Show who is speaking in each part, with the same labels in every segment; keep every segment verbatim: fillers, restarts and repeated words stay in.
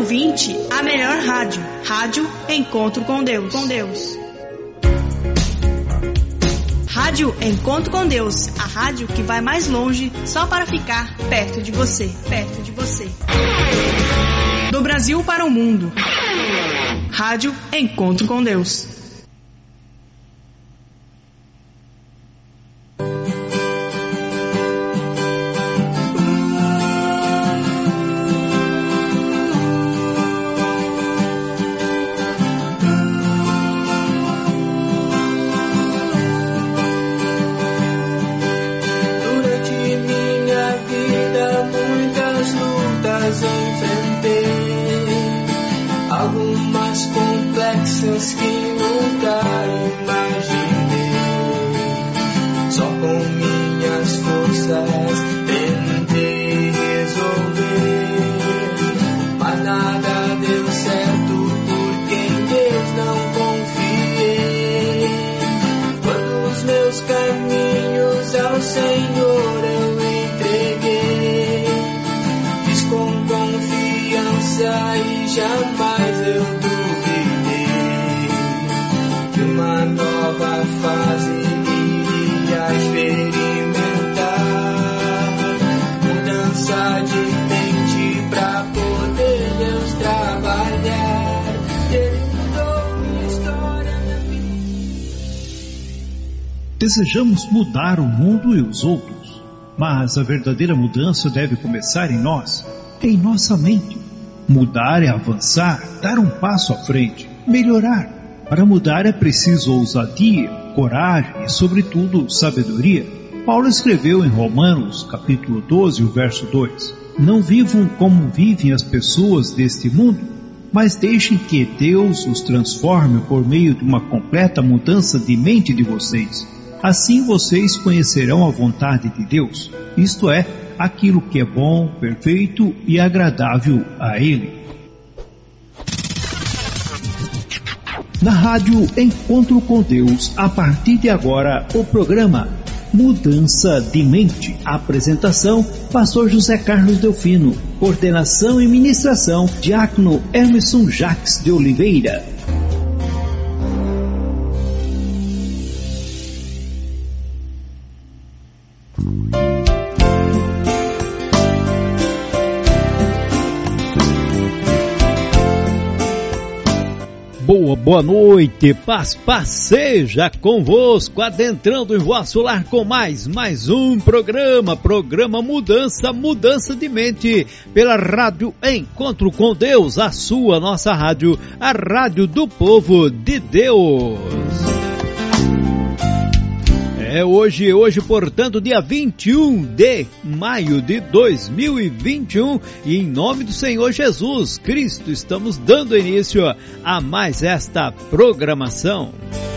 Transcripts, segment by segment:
Speaker 1: ouvinte, a melhor rádio. Rádio Encontro com Deus. Com Deus. Rádio Encontro com Deus, a rádio que vai mais longe só para ficar perto de você, perto de você. Do Brasil para o mundo. Rádio Encontro com Deus.
Speaker 2: Desejamos mudar o mundo e os outros, mas a verdadeira mudança deve começar em nós, em nossa mente. Mudar é avançar, dar um passo à frente, melhorar. Para mudar é preciso ousadia, coragem e, sobretudo, sabedoria. Paulo escreveu em Romanos, capítulo doze, o verso dois: Não vivam como vivem as pessoas deste mundo, mas deixem que Deus os transforme por meio de uma completa mudança de mente de vocês. Assim vocês conhecerão a vontade de Deus, isto é, aquilo que é bom, perfeito e agradável a Ele. Na rádio Encontro com Deus, a partir de agora, o programa Mudança de Mente. Apresentação, pastor José Carlos Delfino. Coordenação e ministração, diácono Emerson Jacques de Oliveira.
Speaker 3: Boa, boa noite, paz, paz seja convosco, adentrando em vosso lar com mais, mais um programa, programa Mudança, Mudança de Mente, pela Rádio Encontro com Deus, a sua, nossa rádio, a rádio do povo de Deus. É hoje, hoje, portanto, dia vinte e um de maio de dois mil e vinte e um, e em nome do Senhor Jesus Cristo, estamos dando início a mais esta programação.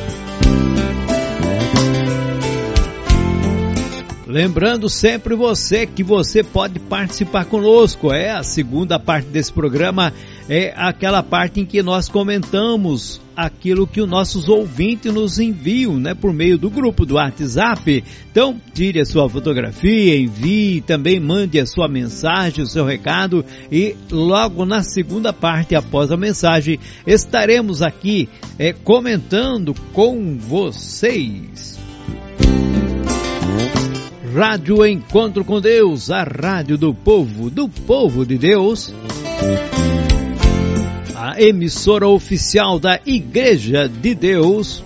Speaker 3: Lembrando sempre você que você pode participar conosco. É a segunda parte desse programa, é aquela parte em que nós comentamos aquilo que os nossos ouvintes nos enviam, né, por meio do grupo do WhatsApp. Então, tire a sua fotografia, envie, também mande a sua mensagem, o seu recado, e logo na segunda parte, após a mensagem, estaremos aqui é, comentando com vocês. Rádio Encontro com Deus, a rádio do povo, do povo de Deus, a emissora oficial da Igreja de Deus.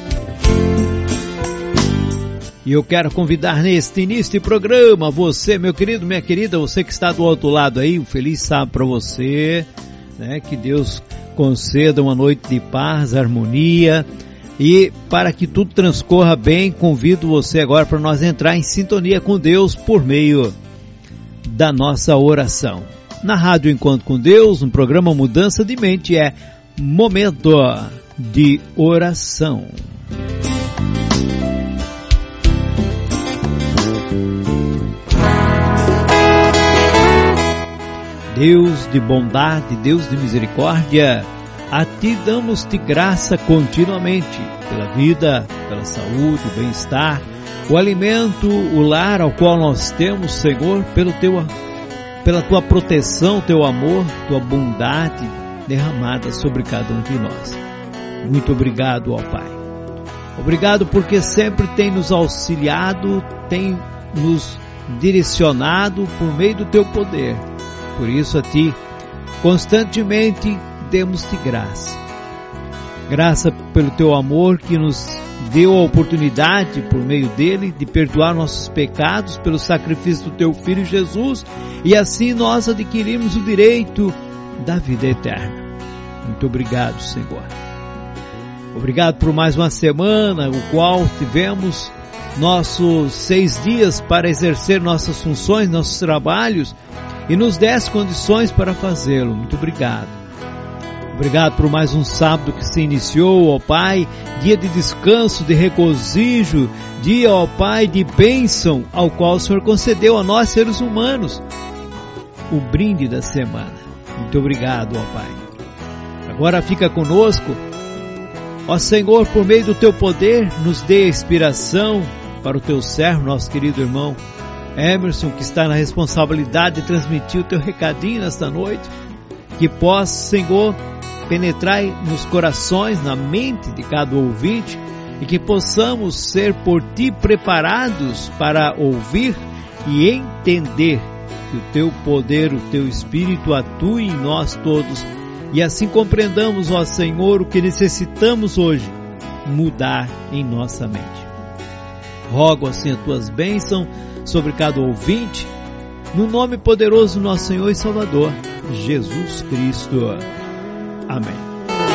Speaker 3: E eu quero convidar neste início de programa você, meu querido, minha querida, você que está do outro lado aí, um feliz sábado para você, né? Que Deus conceda uma noite de paz, harmonia. E para que tudo transcorra bem, convido você agora para nós entrar em sintonia com Deus por meio da nossa oração. Na Rádio Encontro com Deus, no programa Mudança de Mente, é momento de oração. Deus de bondade, Deus de misericórdia, a Ti damos-te graça continuamente, pela vida, pela saúde, o bem-estar, o alimento, o lar ao qual nós temos, Senhor, pelo Teu, pela tua proteção, teu amor, tua bondade derramada sobre cada um de nós. Muito obrigado, ó Pai. Obrigado porque sempre tem nos auxiliado, tem nos direcionado por meio do teu poder. Por isso a ti, constantemente, demos-te graça. Graça pelo teu amor que nos deu a oportunidade, por meio dele, de perdoar nossos pecados pelo sacrifício do teu Filho Jesus, e assim nós adquirimos o direito da vida eterna. Muito obrigado, Senhor. Obrigado por mais uma semana, o qual tivemos nossos seis dias para exercer nossas funções, nossos trabalhos, e nos desse condições para fazê-lo. Muito obrigado. Obrigado por mais um sábado que se iniciou, ó Pai, dia de descanso, de regozijo, dia, ó Pai, de bênção, ao qual o Senhor concedeu a nós, seres humanos, o brinde da semana. Muito obrigado, ó Pai. Agora fica conosco, ó Senhor, por meio do Teu poder, nos dê inspiração para o Teu servo, nosso querido irmão Emerson, que está na responsabilidade de transmitir o Teu recadinho nesta noite, que possa, Senhor, penetrar nos corações, na mente de cada ouvinte, e que possamos ser por Ti preparados para ouvir e entender que o Teu poder, o Teu Espírito atue em nós todos, e assim compreendamos, ó Senhor, o que necessitamos hoje mudar em nossa mente. Rogo assim as Tuas bênçãos sobre cada ouvinte, no nome poderoso do nosso Senhor e Salvador, Jesus Cristo. Amém.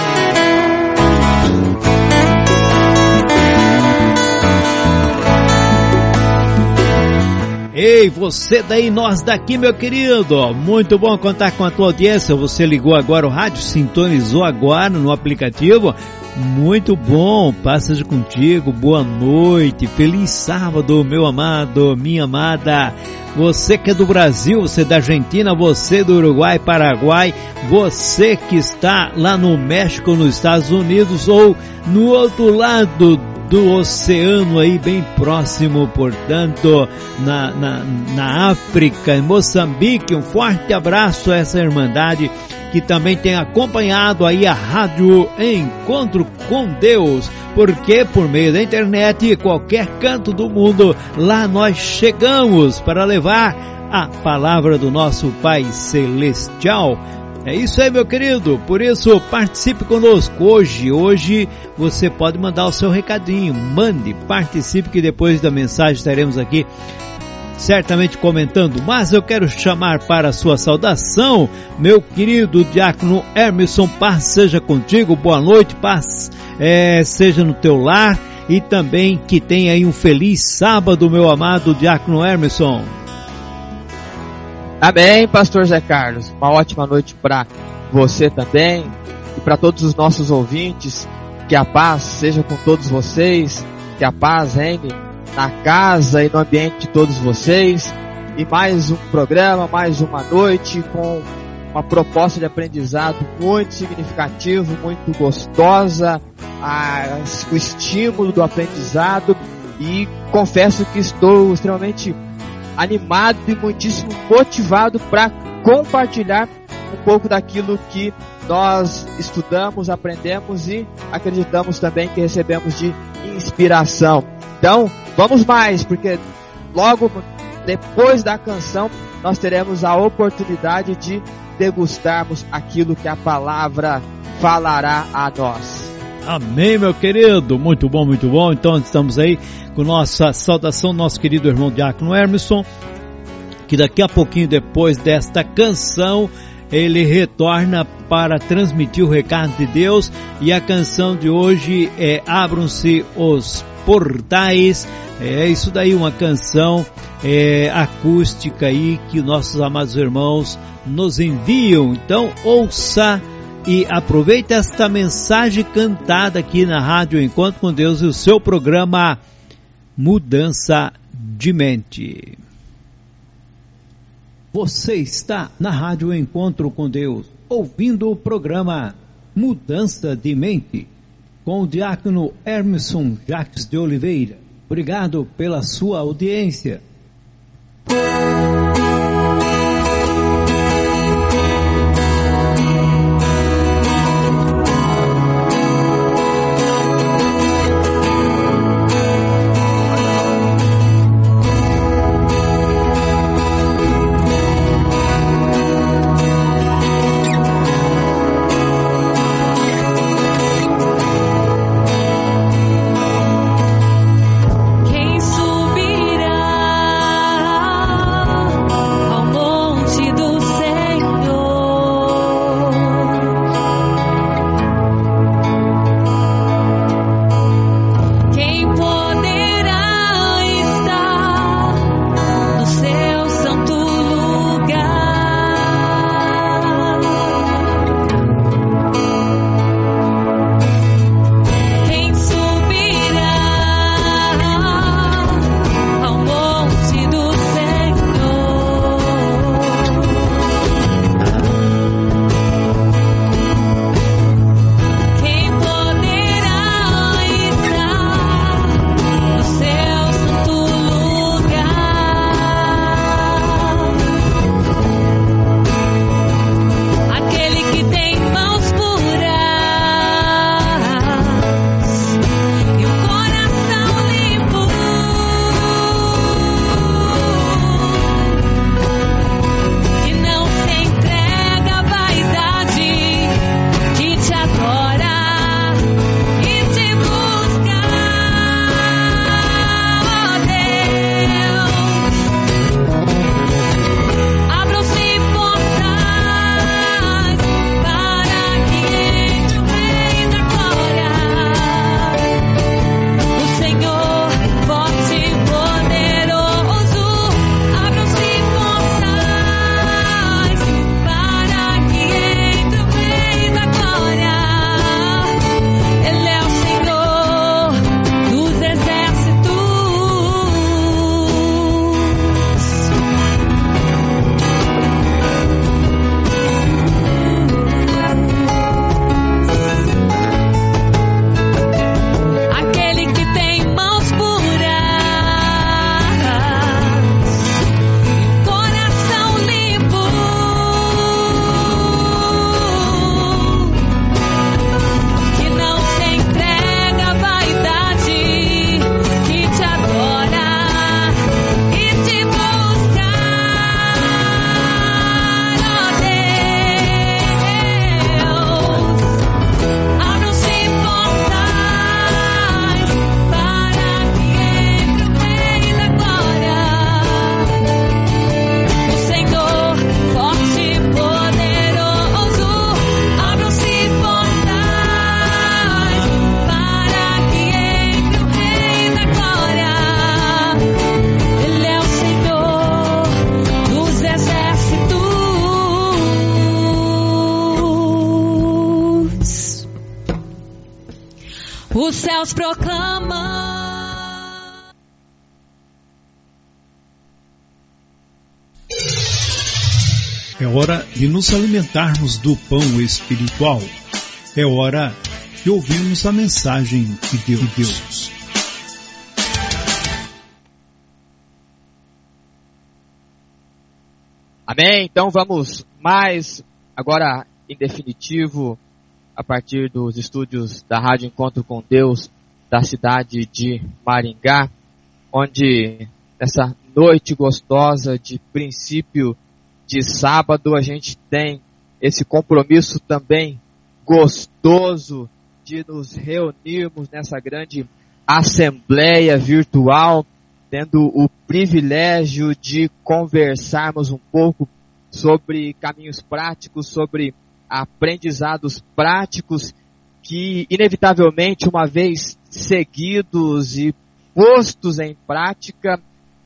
Speaker 3: Ei, você daí, nós daqui, meu querido, muito bom contar com a tua audiência. Você ligou agora o rádio, sintonizou agora no aplicativo, muito bom, paz seja contigo, boa noite, feliz sábado, meu amado, minha amada. Você que é do Brasil, você da Argentina, você do Uruguai, Paraguai, você que está lá no México, nos Estados Unidos ou no outro lado do oceano aí, bem próximo, portanto, na, na, na África, em Moçambique, um forte abraço a essa irmandade que também tem acompanhado aí a Rádio Encontro com Deus, porque por meio da internet, qualquer canto do mundo, lá nós chegamos para levar a palavra do nosso Pai Celestial. É isso aí, meu querido, por isso participe conosco hoje, hoje você pode mandar o seu recadinho, mande, participe, que depois da mensagem estaremos aqui certamente comentando, mas eu quero chamar para a sua saudação, meu querido diácono Emerson, paz seja contigo, boa noite, paz é, seja no teu lar, e também que tenha aí um feliz sábado, meu amado diácono Emerson.
Speaker 4: Amém, pastor Zé Carlos, uma ótima noite para você também, e para todos os nossos ouvintes, que a paz seja com todos vocês, que a paz reine na casa e no ambiente de todos vocês, e mais um programa, mais uma noite com uma proposta de aprendizado muito significativo, muito gostosa, a, o estímulo do aprendizado, e confesso que estou extremamente animado e muitíssimo motivado para compartilhar um pouco daquilo que nós estudamos, aprendemos e acreditamos também que recebemos de inspiração. Então, vamos mais, porque logo depois da canção nós teremos a oportunidade de degustarmos aquilo que a palavra falará a nós.
Speaker 3: Amém, meu querido, muito bom, muito bom. Então estamos aí com nossa saudação, nosso querido irmão diácono Emerson, que daqui a pouquinho, depois desta canção, ele retorna para transmitir o recado de Deus, e a canção de hoje é Abram-se os Portais. É isso daí, uma canção é, acústica aí que nossos amados irmãos nos enviam. Então ouça e aproveite esta mensagem cantada aqui na Rádio Encontro com Deus e o seu programa Mudança de Mente. Você está na Rádio Encontro com Deus, ouvindo o programa Mudança de Mente, com o diácono Emerson Jacques de Oliveira. Obrigado pela sua audiência.
Speaker 5: os céus proclamam.
Speaker 2: É hora de nos alimentarmos do pão espiritual. É hora de ouvirmos a mensagem de Deus.
Speaker 4: Amém? Então vamos mais, agora em definitivo, a partir dos estúdios da Rádio Encontro com Deus, da cidade de Maringá, onde nessa noite gostosa de princípio de sábado a gente tem esse compromisso também gostoso de nos reunirmos nessa grande assembleia virtual, tendo o privilégio de conversarmos um pouco sobre caminhos práticos, sobre aprendizados práticos que, inevitavelmente, uma vez seguidos e postos em prática,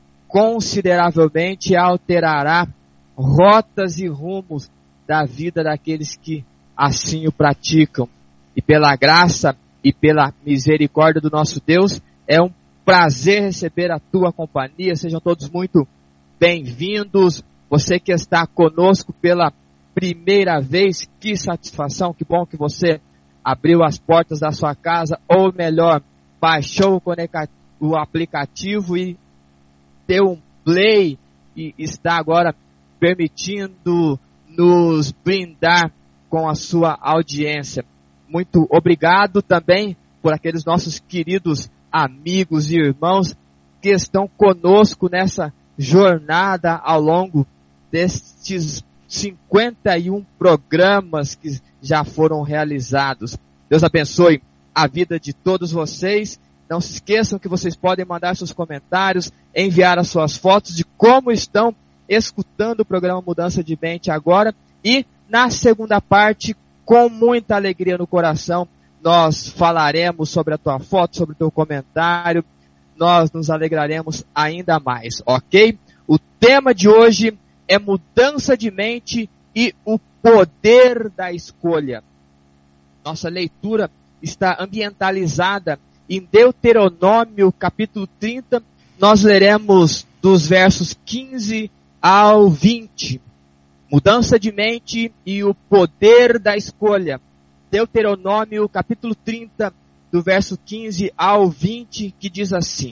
Speaker 4: consideravelmente alterará rotas e rumos da vida daqueles que assim o praticam. E pela graça e pela misericórdia do nosso Deus, é um prazer receber a tua companhia. Sejam todos muito bem-vindos. Você que está conosco pela primeira vez, que satisfação, que bom que você abriu as portas da sua casa, ou melhor, baixou o aplicativo e deu um play e está agora permitindo nos brindar com a sua audiência. Muito obrigado também por aqueles nossos queridos amigos e irmãos que estão conosco nessa jornada ao longo destes cinquenta e um programas que já foram realizados. Deus abençoe a vida de todos vocês. Não se esqueçam que vocês podem mandar seus comentários, enviar as suas fotos de como estão escutando o programa Mudança de Mente agora. E na segunda parte, com muita alegria no coração, nós falaremos sobre a tua foto, sobre o teu comentário. Nós nos alegraremos ainda mais, ok? O tema de hoje é mudança de mente e o poder da escolha. Nossa leitura está ambientalizada em Deuteronômio, capítulo trinta. Nós leremos dos versos quinze ao vinte. Mudança de mente e o poder da escolha. Deuteronômio, capítulo trinta, do verso quinze ao vinte, que diz assim: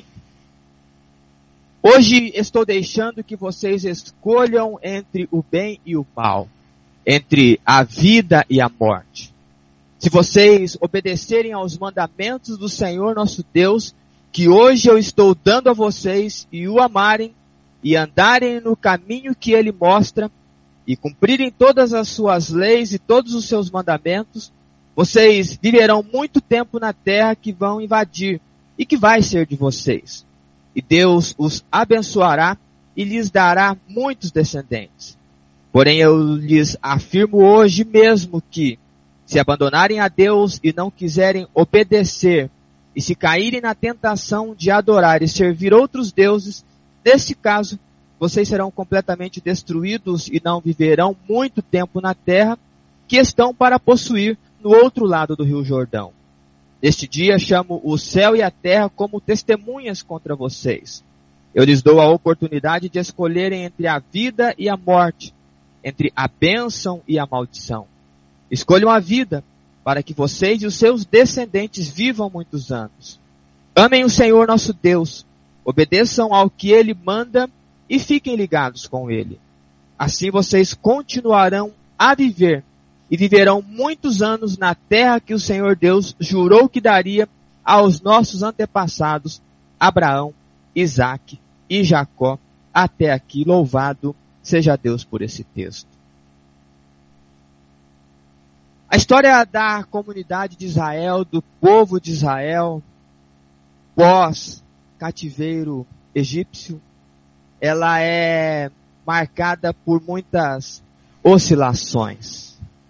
Speaker 4: Hoje estou deixando que vocês escolham entre o bem e o mal, entre a vida e a morte. Se vocês obedecerem aos mandamentos do Senhor nosso Deus, que hoje eu estou dando a vocês, e o amarem, e andarem no caminho que Ele mostra, e cumprirem todas as suas leis e todos os seus mandamentos, vocês viverão muito tempo na terra que vão invadir, e que vai ser de vocês. E Deus os abençoará e lhes dará muitos descendentes. Porém eu lhes afirmo hoje mesmo que, se abandonarem a Deus e não quiserem obedecer, e se caírem na tentação de adorar e servir outros deuses, nesse caso, vocês serão completamente destruídos e não viverão muito tempo na terra que estão para possuir no outro lado do Rio Jordão. Neste dia chamo o céu e a terra como testemunhas contra vocês. Eu lhes dou a oportunidade de escolherem entre a vida e a morte, entre a bênção e a maldição. Escolham a vida, para que vocês e os seus descendentes vivam muitos anos. Amem o Senhor nosso Deus, obedeçam ao que Ele manda e fiquem ligados com Ele. Assim vocês continuarão a viver e viverão muitos anos na terra que o Senhor Deus jurou que daria aos nossos antepassados, Abraão, Isaque e Jacó. Até aqui, louvado seja Deus por esse texto. A história da comunidade de Israel, do povo de Israel, pós-cativeiro egípcio, ela é marcada por muitas oscilações.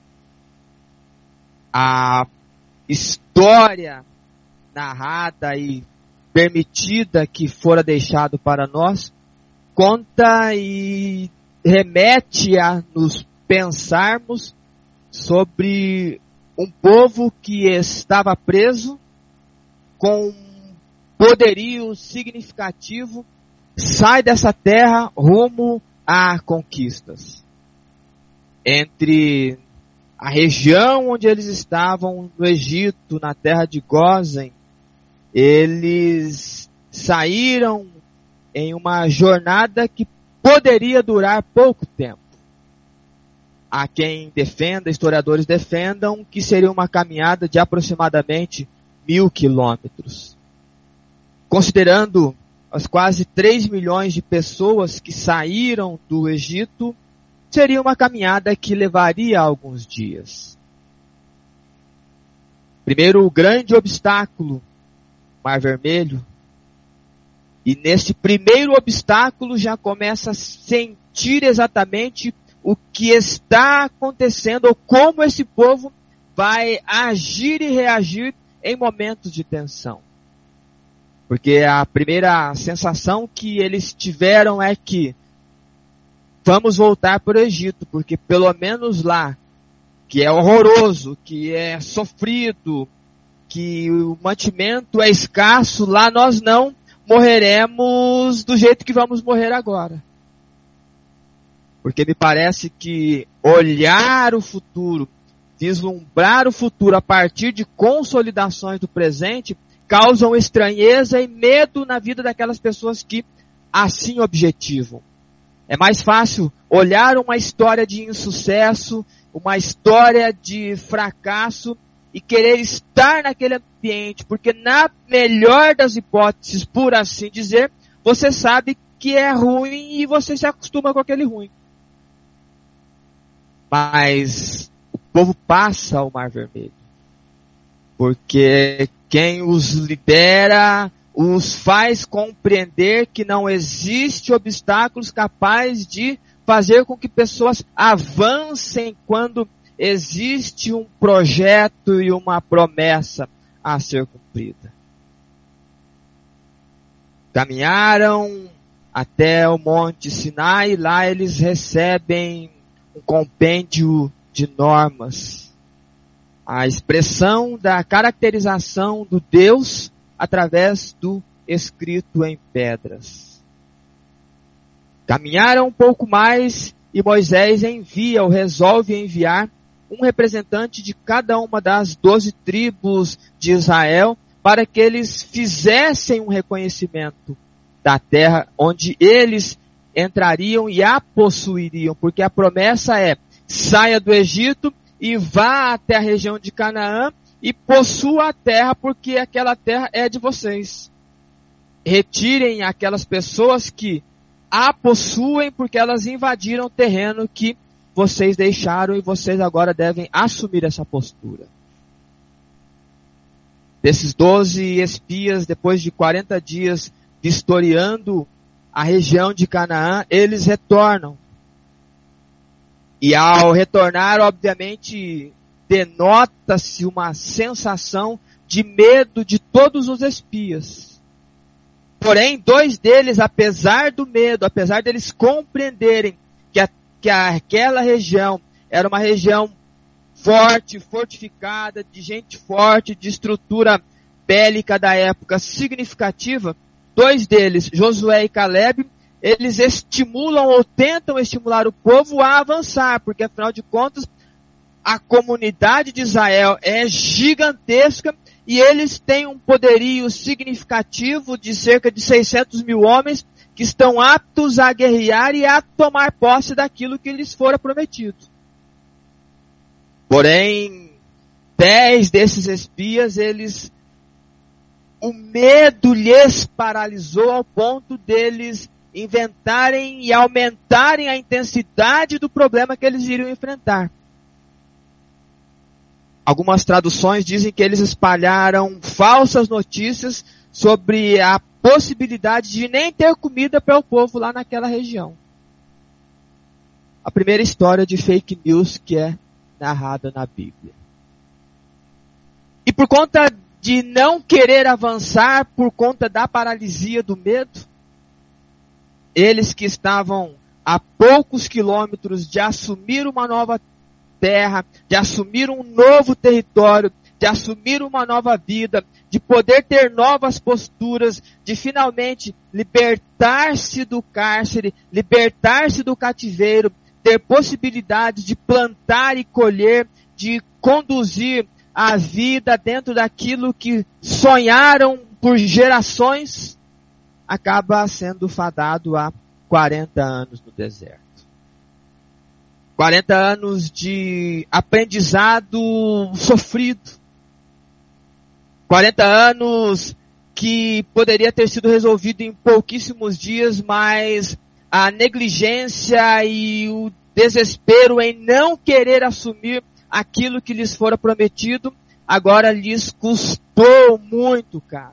Speaker 4: A história narrada e permitida que fora deixado para nós conta e remete a nos pensarmos sobre um povo que estava preso com poderio significativo, sai dessa terra rumo a conquistas. Entre a região onde eles estavam, no Egito, na terra de Gósen, eles saíram em uma jornada que poderia durar pouco tempo. Há quem defenda, historiadores defendam, que seria uma caminhada de aproximadamente mil quilômetros. Considerando as quase três milhões de pessoas que saíram do Egito, seria uma caminhada que levaria alguns dias. Primeiro, o grande obstáculo, Mar Vermelho. E nesse primeiro obstáculo já começa a sentir exatamente o que está acontecendo, ou como esse povo vai agir e reagir em momentos de tensão. Porque a primeira sensação que eles tiveram é que vamos voltar para o Egito, porque pelo menos lá, que é horroroso, que é sofrido, que o mantimento é escasso, lá nós não morreremos do jeito que vamos morrer agora. Porque me parece que olhar o futuro, vislumbrar o futuro a partir de consolidações do presente, causam estranheza e medo na vida daquelas pessoas que assim objetivam. É mais fácil olhar uma história de insucesso, uma história de fracasso e querer estar naquele ambiente, porque na melhor das hipóteses, por assim dizer, você sabe que é ruim e você se acostuma com aquele ruim. Mas o povo passa ao Mar Vermelho, porque quem os lidera os faz compreender que não existe obstáculos capazes de fazer com que pessoas avancem quando existe um projeto e uma promessa a ser cumprida. Caminharam até o Monte Sinai e lá eles recebem um compêndio de normas. A expressão da caracterização do Deus através do escrito em pedras. Caminharam um pouco mais e Moisés envia ou resolve enviar um representante de cada uma das doze tribos de Israel para que eles fizessem um reconhecimento da terra onde eles entrariam e a possuiriam, porque a promessa é: saia do Egito e vá até a região de Canaã e possua a terra, porque aquela terra é de vocês. Retirem aquelas pessoas que a possuem, porque elas invadiram o terreno que vocês deixaram e vocês agora devem assumir essa postura. Desses doze espias, depois de quarenta dias vistoriando a região de Canaã, eles retornam. E ao retornar, obviamente, denota-se uma sensação de medo de todos os espias. Porém, dois deles, apesar do medo, apesar deles compreenderem que, a, que aquela região era uma região forte, fortificada, de gente forte, de estrutura bélica da época significativa, dois deles, Josué e Caleb, eles estimulam ou tentam estimular o povo a avançar, porque afinal de contas, a comunidade de Israel é gigantesca e eles têm um poderio significativo de cerca de seiscentos mil homens que estão aptos a guerrear e a tomar posse daquilo que lhes fora prometido. Porém, dez desses espias, eles, o medo lhes paralisou ao ponto deles inventarem e aumentarem a intensidade do problema que eles iriam enfrentar. Algumas traduções dizem que eles espalharam falsas notícias sobre a possibilidade de nem ter comida para o povo lá naquela região. A primeira história de fake news que é narrada na Bíblia. E por conta de não querer avançar, por conta da paralisia do medo, eles que estavam a poucos quilômetros de assumir uma nova terra, de assumir um novo território, de assumir uma nova vida, de poder ter novas posturas, de finalmente libertar-se do cárcere, libertar-se do cativeiro, ter possibilidades de plantar e colher, de conduzir a vida dentro daquilo que sonharam por gerações, acaba sendo fadado a quarenta anos no deserto. quarenta anos de aprendizado sofrido. quarenta anos que poderia ter sido resolvido em pouquíssimos dias, mas a negligência e o desespero em não querer assumir aquilo que lhes fora prometido, agora lhes custou muito caro.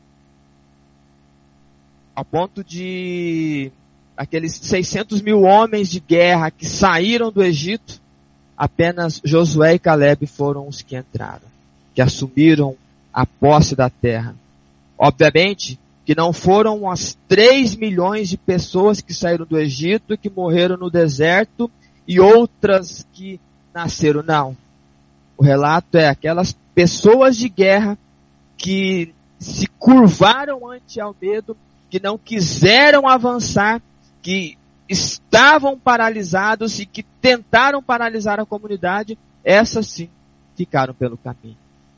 Speaker 4: Ao ponto de aqueles seiscentos mil homens de guerra que saíram do Egito, apenas Josué e Caleb foram os que entraram, que assumiram a posse da terra. Obviamente que não foram as três milhões de pessoas que saíram do Egito, que morreram no deserto, e outras que nasceram, não. O relato é aquelas pessoas de guerra que se curvaram ante ao medo, que não quiseram avançar, que estavam paralisados e que tentaram paralisar a comunidade, essas sim ficaram pelo caminho.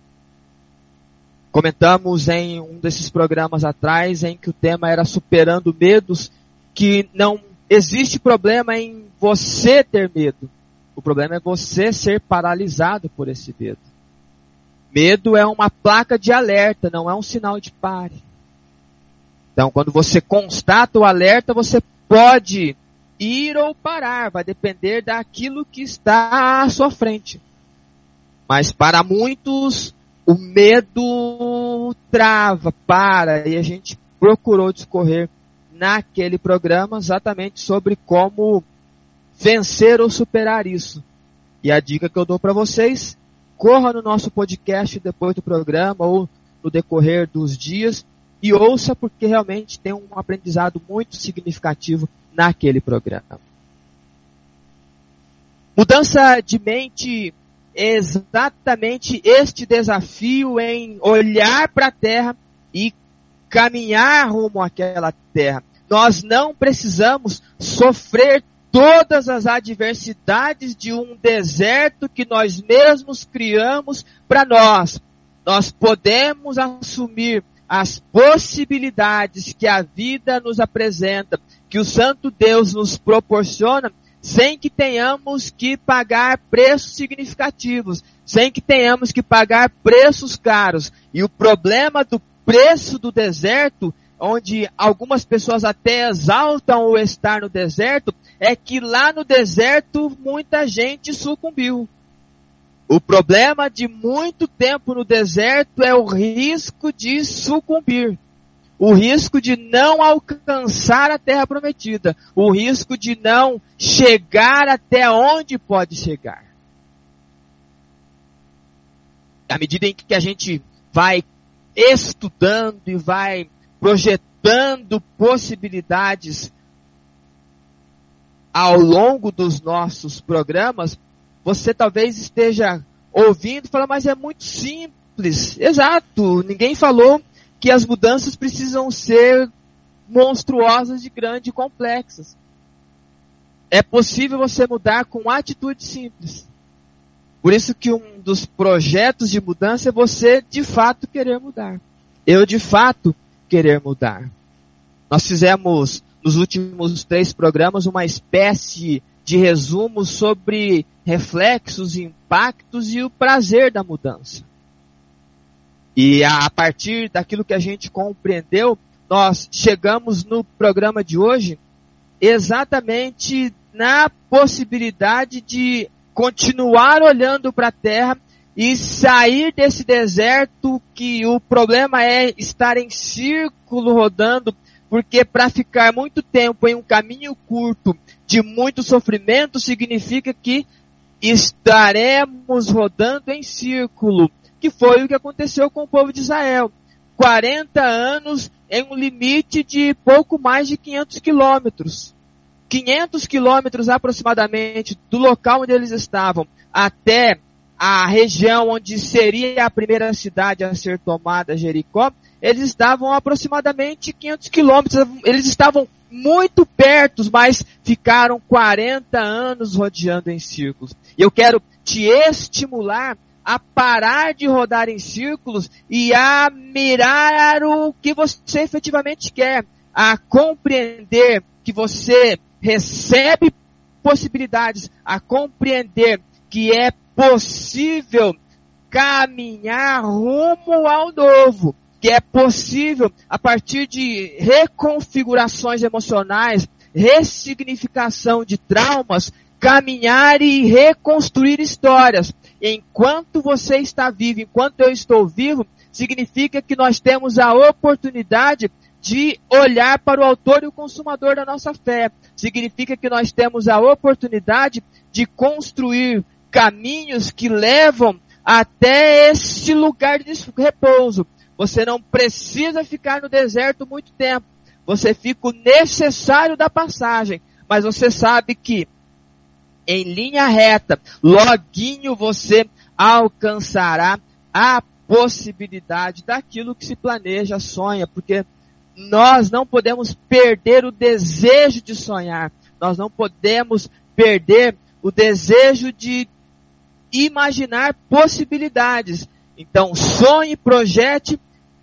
Speaker 4: Comentamos em um desses programas atrás, em que o tema era superando medos, que não existe problema em você ter medo. O problema é você ser paralisado por esse medo. Medo é uma placa de alerta, não é um sinal de pare. Então, quando você constata o alerta, você pode ir ou parar, vai depender daquilo que está à sua frente. Mas para muitos, o medo trava, para, e a gente procurou discorrer naquele programa exatamente sobre como vencer ou superar isso. E a dica que eu dou para vocês, corra no nosso podcast depois do programa ou no decorrer dos dias e ouça, porque realmente tem um aprendizado muito significativo naquele programa. Mudança de mente é exatamente este desafio em olhar para a terra e caminhar rumo àquela terra. Nós não precisamos sofrer todas as adversidades de um deserto que nós mesmos criamos para nós. Nós podemos assumir as possibilidades que a vida nos apresenta, que o Santo Deus nos proporciona, sem que tenhamos que pagar preços significativos, sem que tenhamos que pagar preços caros. E o problema do preço do deserto, onde algumas pessoas até exaltam o estar no deserto, é que lá no deserto muita gente sucumbiu. O problema de muito tempo no deserto é o risco de sucumbir. O risco de não alcançar a terra prometida. O risco de não chegar até onde pode chegar. À medida em que a gente vai estudando e vai projetando possibilidades ao longo dos nossos programas, você talvez esteja ouvindo e falando, mas é muito simples. Exato, ninguém falou que as mudanças precisam ser monstruosas, de grandes e complexas. É possível você mudar com atitude simples. Por isso que um dos projetos de mudança é você, de fato, querer mudar. Eu, de fato, querer mudar. Nós fizemos, nos últimos três programas, uma espécie de resumo sobre reflexos, impactos e o prazer da mudança. E a partir daquilo que a gente compreendeu, nós chegamos no programa de hoje exatamente na possibilidade de continuar olhando para a terra e sair desse deserto, que o problema é estar em círculo rodando, porque para ficar muito tempo em um caminho curto de muito sofrimento significa que estaremos rodando em círculo, que foi o que aconteceu com o povo de Israel. quarenta anos em um limite de pouco mais de quinhentos quilômetros. quinhentos quilômetros aproximadamente do local onde eles estavam até a região onde seria a primeira cidade a ser tomada, Jericó, eles estavam aproximadamente quinhentos quilômetros, eles estavam muito perto, mas ficaram quarenta anos rodeando em círculos. E eu quero te estimular a parar de rodar em círculos e a mirar o que você efetivamente quer, a compreender que você recebe possibilidades, a compreender que é possível caminhar rumo ao novo, que é possível, a partir de reconfigurações emocionais, ressignificação de traumas, caminhar e reconstruir histórias. Enquanto você está vivo, enquanto eu estou vivo, significa que nós temos a oportunidade de olhar para o autor e o consumador da nossa fé. Significa que nós temos a oportunidade de construir caminhos que levam até este lugar de repouso. Você não precisa ficar no deserto muito tempo. Você fica o necessário da passagem. Mas você sabe que em linha reta, loguinho você alcançará a possibilidade daquilo que se planeja, sonha, porque nós não podemos perder o desejo de sonhar. Nós não podemos perder o desejo de imaginar possibilidades. Então, sonhe, projete,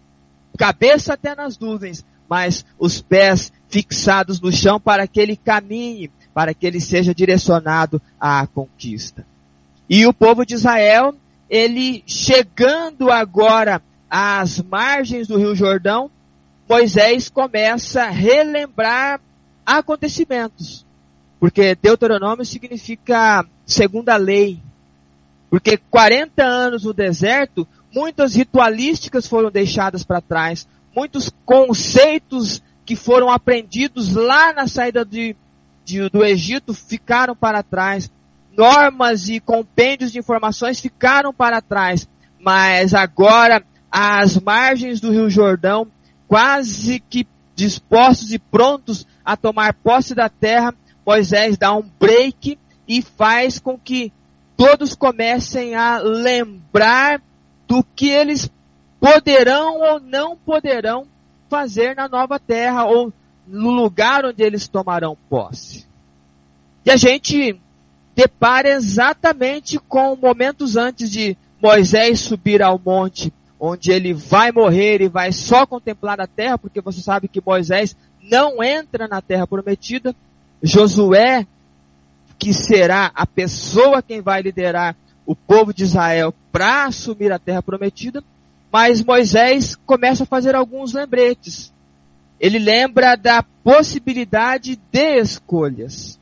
Speaker 4: cabeça até nas nuvens, mas os pés fixados no chão para que ele caminhe, para que ele seja direcionado à conquista. E o povo de Israel, ele chegando agora às margens do Rio Jordão, Moisés começa a relembrar acontecimentos. Porque Deuteronômio significa segunda lei. Porque quarenta anos no deserto, muitas ritualísticas foram deixadas para trás. Muitos conceitos que foram aprendidos lá na saída de, de, do Egito ficaram para trás. Normas e compêndios de informações ficaram para trás. Mas agora, às margens do Rio Jordão, quase que dispostos e prontos a tomar posse da terra, Moisés dá um break e faz com que todos comecem a lembrar do que eles poderão ou não poderão fazer na nova terra ou no lugar onde eles tomarão posse. E a gente depara exatamente com momentos antes de Moisés subir ao monte, onde ele vai morrer e vai só contemplar a terra, porque você sabe que Moisés não entra na terra prometida. Josué, que será a pessoa quem vai liderar o povo de Israel para assumir a terra prometida, mas Moisés começa a fazer alguns lembretes. Ele lembra da possibilidade de escolhas.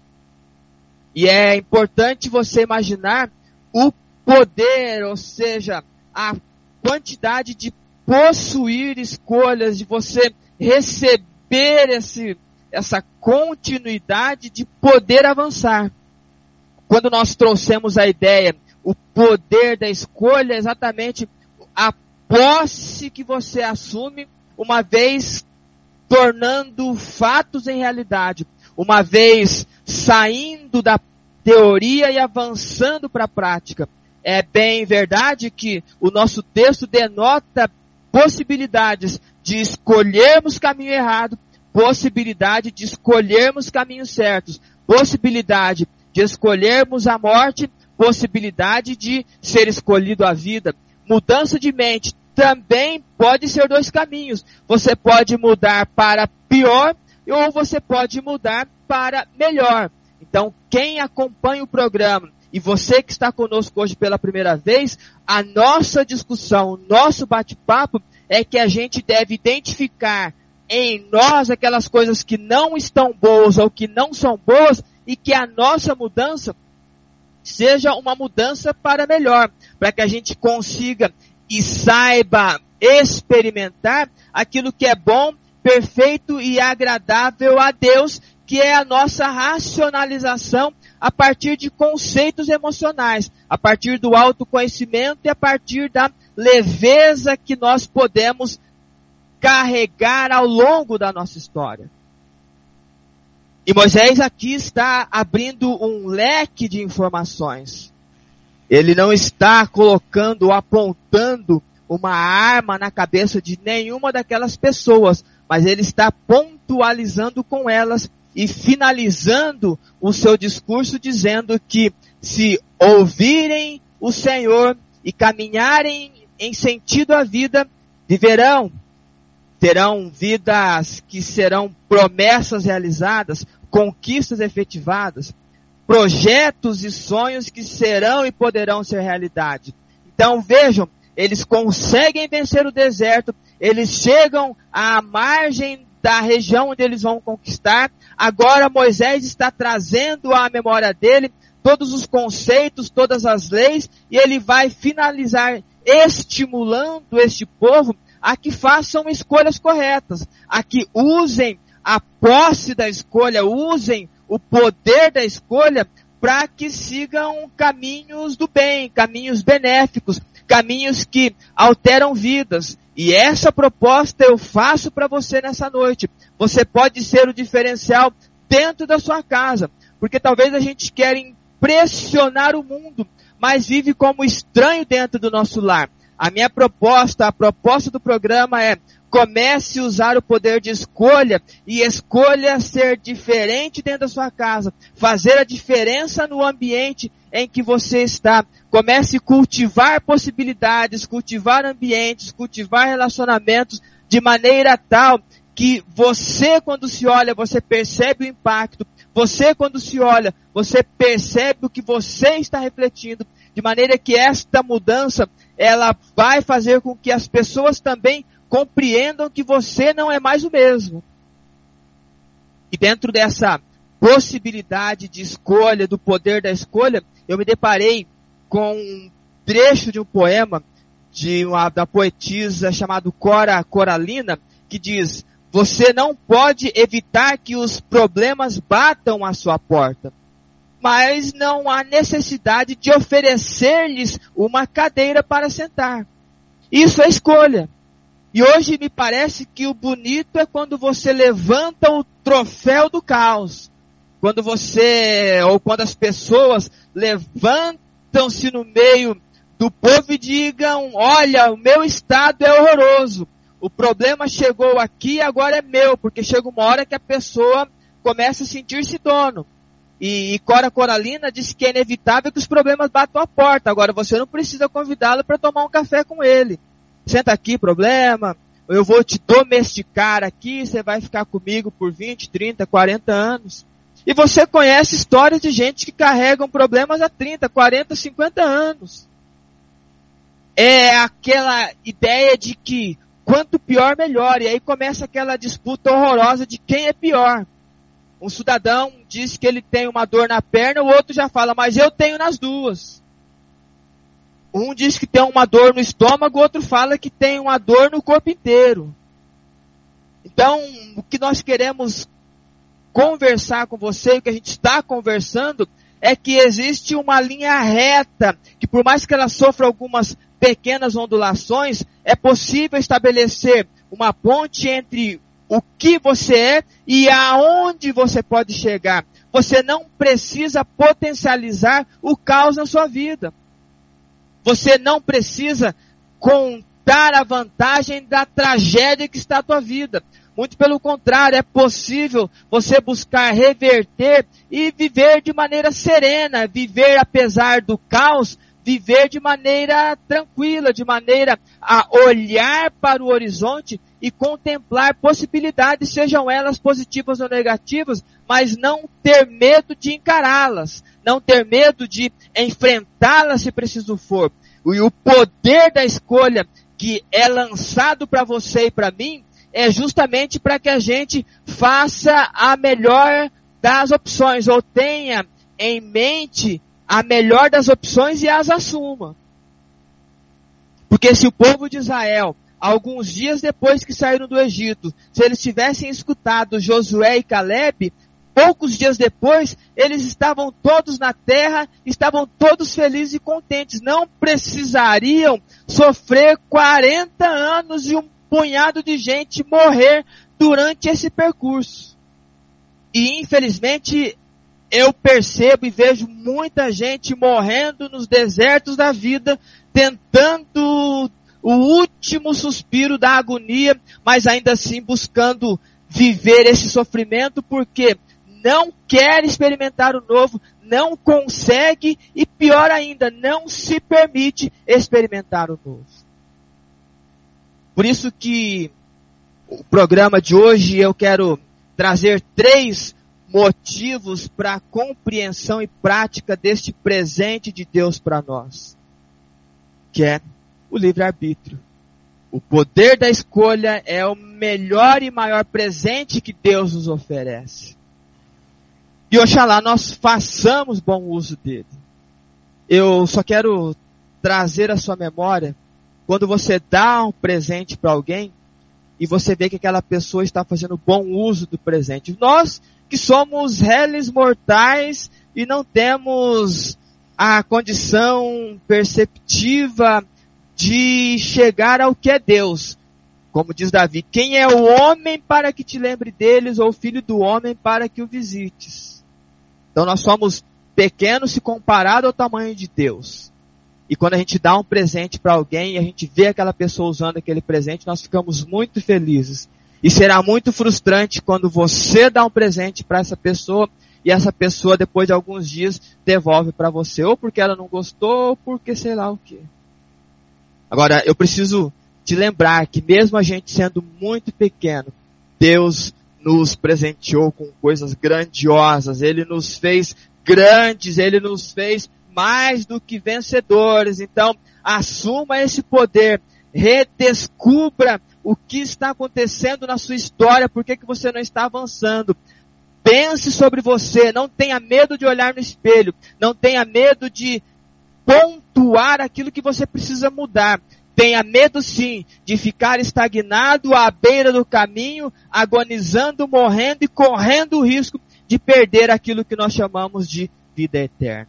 Speaker 4: E é importante você imaginar o poder, ou seja, a quantidade de possuir escolhas, de você receber esse, essa continuidade de poder avançar. Quando nós trouxemos a ideia, o poder da escolha, é exatamente a posse que você assume, uma vez tornando fatos em realidade, uma vez saindo da teoria e avançando para a prática. É bem verdade que o nosso texto denota possibilidades de escolhermos caminho errado, possibilidade de escolhermos caminhos certos, possibilidade de escolhermos a morte, possibilidade de ser escolhido a vida. Mudança de mente também pode ser dois caminhos. Você pode mudar para pior ou você pode mudar para melhor. Então, quem acompanha o programa e você que está conosco hoje pela primeira vez, a nossa discussão, o nosso bate-papo é que a gente deve identificar em nós aquelas coisas que não estão boas ou que não são boas e que a nossa mudança seja uma mudança para melhor, para que a gente consiga e saiba experimentar aquilo que é bom, perfeito e agradável a Deus, que é a nossa racionalização a partir de conceitos emocionais, a partir do autoconhecimento e a partir da leveza que nós podemos carregar ao longo da nossa história. E Moisés aqui está abrindo um leque de informações. Ele não está colocando ou apontando uma arma na cabeça de nenhuma daquelas pessoas, mas ele está pontualizando com elas e finalizando o seu discurso dizendo que se ouvirem o Senhor e caminharem em sentido à vida, viverão, terão vidas que serão promessas realizadas, conquistas efetivadas, projetos e sonhos que serão e poderão ser realidade. Então vejam, eles conseguem vencer o deserto, eles chegam à margem da região onde eles vão conquistar. Agora Moisés está trazendo à memória dele todos os conceitos, todas as leis, e ele vai finalizar estimulando este povo a que façam escolhas corretas, a que usem a posse da escolha, usem o poder da escolha para que sigam caminhos do bem, caminhos benéficos, caminhos que alteram vidas. E essa proposta eu faço para você nessa noite. Você pode ser o diferencial dentro da sua casa, porque talvez a gente quer impressionar o mundo, mas vive como estranho dentro do nosso lar. A minha proposta, a proposta do programa é: comece a usar o poder de escolha e escolha ser diferente dentro da sua casa, fazer a diferença no ambiente em que você está. Comece a cultivar possibilidades, cultivar ambientes, cultivar relacionamentos de maneira tal que você, quando se olha, você percebe o impacto. Você, quando se olha, você percebe o que você está refletindo, de maneira que esta mudança, ela vai fazer com que as pessoas também compreendam que você não é mais o mesmo. E dentro dessa possibilidade de escolha, do poder da escolha, eu me deparei com um trecho de um poema de uma, da poetisa chamada Cora Coralina, que diz: você não pode evitar que os problemas batam à sua porta, mas não há necessidade de oferecer-lhes uma cadeira para sentar. Isso é escolha. E hoje me parece que o bonito é quando você levanta o troféu do caos. Quando você, ou quando as pessoas levantam-se no meio do povo e digam: olha, o meu estado é horroroso. O problema chegou aqui e agora é meu, porque chega uma hora que a pessoa começa a sentir-se dono. E, e Cora Coralina disse que é inevitável que os problemas batam a porta. Agora você não precisa convidá-lo para tomar um café com ele. Senta aqui, problema, eu vou te domesticar aqui, você vai ficar comigo por vinte, trinta, quarenta anos. E você conhece histórias de gente que carregam problemas há trinta, quarenta, cinquenta anos. É aquela ideia de que quanto pior, melhor. E aí começa aquela disputa horrorosa de quem é pior. Um cidadão diz que ele tem uma dor na perna, o outro já fala: mas eu tenho nas duas. Um diz que tem uma dor no estômago, o outro fala que tem uma dor no corpo inteiro. Então, o que nós queremos conversar com você, o que a gente está conversando, é que existe uma linha reta, que por mais que ela sofra algumas pequenas ondulações, é possível estabelecer uma ponte entre o que você é e aonde você pode chegar. Você não precisa potencializar o caos na sua vida. Você não precisa contar a vantagem da tragédia que está a tua vida. Muito pelo contrário, é possível você buscar reverter e viver de maneira serena, viver apesar do caos, viver de maneira tranquila, de maneira a olhar para o horizonte e contemplar possibilidades, sejam elas positivas ou negativas, mas não ter medo de encará-las, não ter medo de enfrentá-las se preciso for. E o poder da escolha que é lançado para você e para mim é justamente para que a gente faça a melhor das opções, ou tenha em mente a melhor das opções e as assuma. Porque se o povo de Israel, alguns dias depois que saíram do Egito, se eles tivessem escutado Josué e Caleb, poucos dias depois, eles estavam todos na terra, estavam todos felizes e contentes. Não precisariam sofrer quarenta anos e um punhado de gente morrer durante esse percurso. E infelizmente, eu percebo e vejo muita gente morrendo nos desertos da vida, tentando o último suspiro da agonia, mas ainda assim buscando viver esse sofrimento porque não quer experimentar o novo, não consegue e pior ainda, não se permite experimentar o novo. Por isso que o programa de hoje eu quero trazer três motivos para a compreensão e prática deste presente de Deus para nós, que é o livre-arbítrio. O poder da escolha é o melhor e maior presente que Deus nos oferece. E oxalá nós façamos bom uso dele. Eu só quero trazer à sua memória, quando você dá um presente para alguém, e você vê que aquela pessoa está fazendo bom uso do presente. Nós que somos réis mortais e não temos a condição perceptiva de chegar ao que é Deus. Como diz Davi, quem é o homem para que te lembre deles, ou o filho do homem para que o visites? Então nós somos pequenos se comparado ao tamanho de Deus. E quando a gente dá um presente para alguém e a gente vê aquela pessoa usando aquele presente, nós ficamos muito felizes. E será muito frustrante quando você dá um presente para essa pessoa e essa pessoa depois de alguns dias devolve para você. Ou porque ela não gostou, ou porque sei lá o quê. Agora, eu preciso te lembrar que mesmo a gente sendo muito pequeno, Deus nos presenteou com coisas grandiosas. Ele nos fez grandes, Ele nos fez mais do que vencedores. Então, assuma esse poder, redescubra o que está acontecendo na sua história, por que que você não está avançando. Pense sobre você, não tenha medo de olhar no espelho, não tenha medo de pontuar aquilo que você precisa mudar. Tenha medo sim de ficar estagnado à beira do caminho, agonizando, morrendo e correndo o risco de perder aquilo que nós chamamos de vida eterna.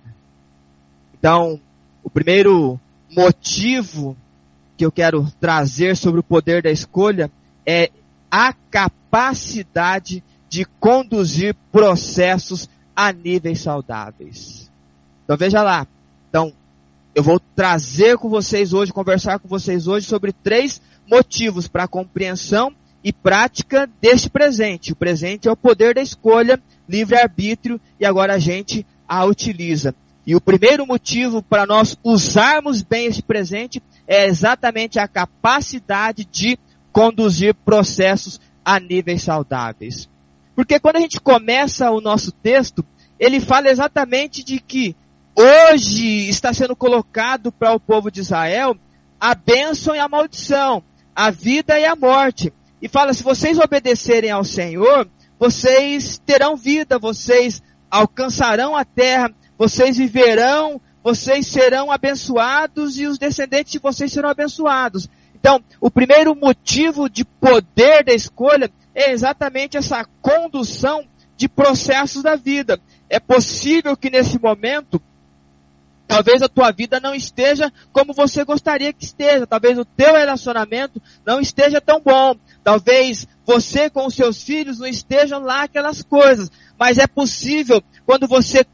Speaker 4: Então, o primeiro motivo que eu quero trazer sobre o poder da escolha é a capacidade de conduzir processos a níveis saudáveis. Então veja lá, então eu vou trazer com vocês hoje, conversar com vocês hoje sobre três motivos para a compreensão e prática deste presente. O presente é o poder da escolha, livre-arbítrio, e agora a gente a utiliza. E o primeiro motivo para nós usarmos bem este presente é exatamente a capacidade de conduzir processos a níveis saudáveis. Porque quando a gente começa o nosso texto, ele fala exatamente de que hoje está sendo colocado para o povo de Israel a bênção e a maldição, a vida e a morte. E fala, se vocês obedecerem ao Senhor, vocês terão vida, vocês alcançarão a terra, vocês viverão, vocês serão abençoados e os descendentes de vocês serão abençoados. Então, o primeiro motivo de poder da escolha é exatamente essa condução de processos da vida. É possível que nesse momento, talvez a tua vida não esteja como você gostaria que esteja. Talvez o teu relacionamento não esteja tão bom. Talvez você com os seus filhos não estejam lá aquelas coisas. Mas é possível, quando você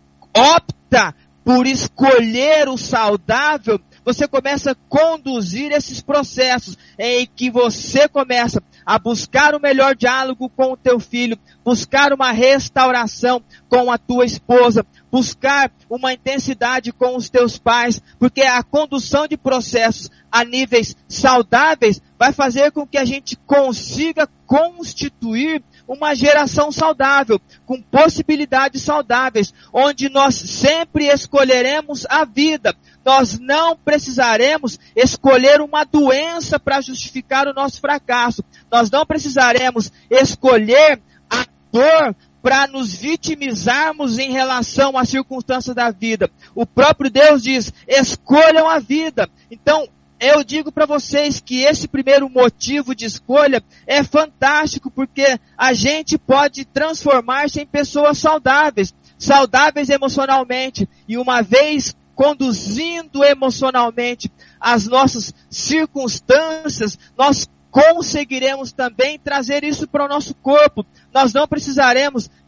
Speaker 4: opta por escolher o saudável, você começa a conduzir esses processos em que você começa a buscar o melhor diálogo com o teu filho, buscar uma restauração com a tua esposa, buscar uma intensidade com os teus pais, porque a condução de processos a níveis saudáveis vai fazer com que a gente consiga constituir uma geração saudável, com possibilidades saudáveis, onde nós sempre escolheremos a vida. Nós não precisaremos escolher uma doença para justificar o nosso fracasso. Nós não precisaremos escolher a dor para nos vitimizarmos em relação às circunstâncias da vida. O próprio Deus diz, escolham a vida. Então, eu digo para vocês que esse primeiro motivo de escolha é fantástico, porque a gente pode transformar-se em pessoas saudáveis, saudáveis emocionalmente, e uma vez conduzindo emocionalmente as nossas circunstâncias, nós conseguiremos também trazer isso para o nosso corpo. Nós não precisaremos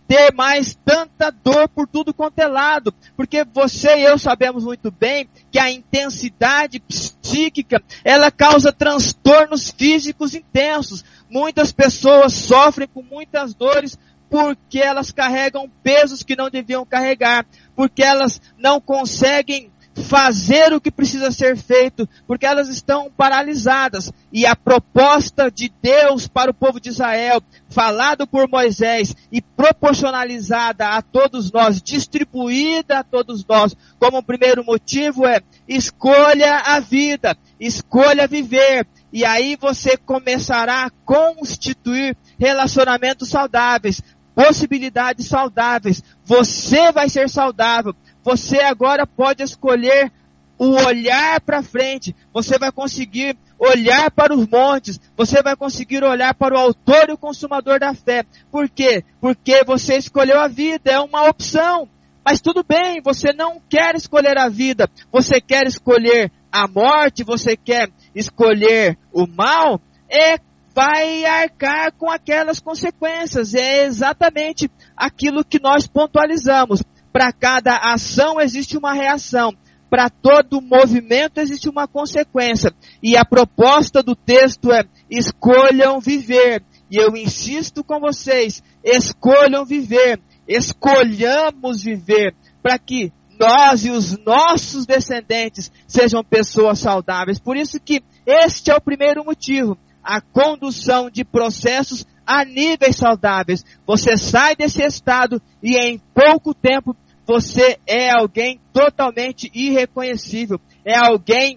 Speaker 4: ter mais tanta dor por tudo quanto é lado. Porque você e eu sabemos muito bem que a intensidade psíquica, ela causa transtornos físicos intensos. Muitas pessoas sofrem com muitas dores porque elas carregam pesos que não deviam carregar, porque elas não conseguem fazer o que precisa ser feito, porque elas estão paralisadas. E a proposta de Deus para o povo de Israel, falado por Moisés e proporcionalizada a todos nós, distribuída a todos nós, como primeiro motivo é: escolha a vida, escolha viver. E aí você começará a constituir relacionamentos saudáveis, possibilidades saudáveis. Você vai ser saudável. Você agora pode escolher o olhar para frente. Você vai conseguir olhar para os montes. Você vai conseguir olhar para o autor e o consumador da fé. Por quê? Porque você escolheu a vida. É uma opção. Mas tudo bem, você não quer escolher a vida. Você quer escolher a morte. Você quer escolher o mal. É vai arcar com aquelas consequências. É exatamente aquilo que nós pontualizamos. Para cada ação existe uma reação. Para todo movimento existe uma consequência. E a proposta do texto é: escolham viver. E eu insisto com vocês, escolham viver. Escolhamos viver. Para que nós e os nossos descendentes sejam pessoas saudáveis. Por isso que este é o primeiro motivo. A condução de processos a níveis saudáveis. Você sai desse estado e em pouco tempo você é alguém totalmente irreconhecível. É alguém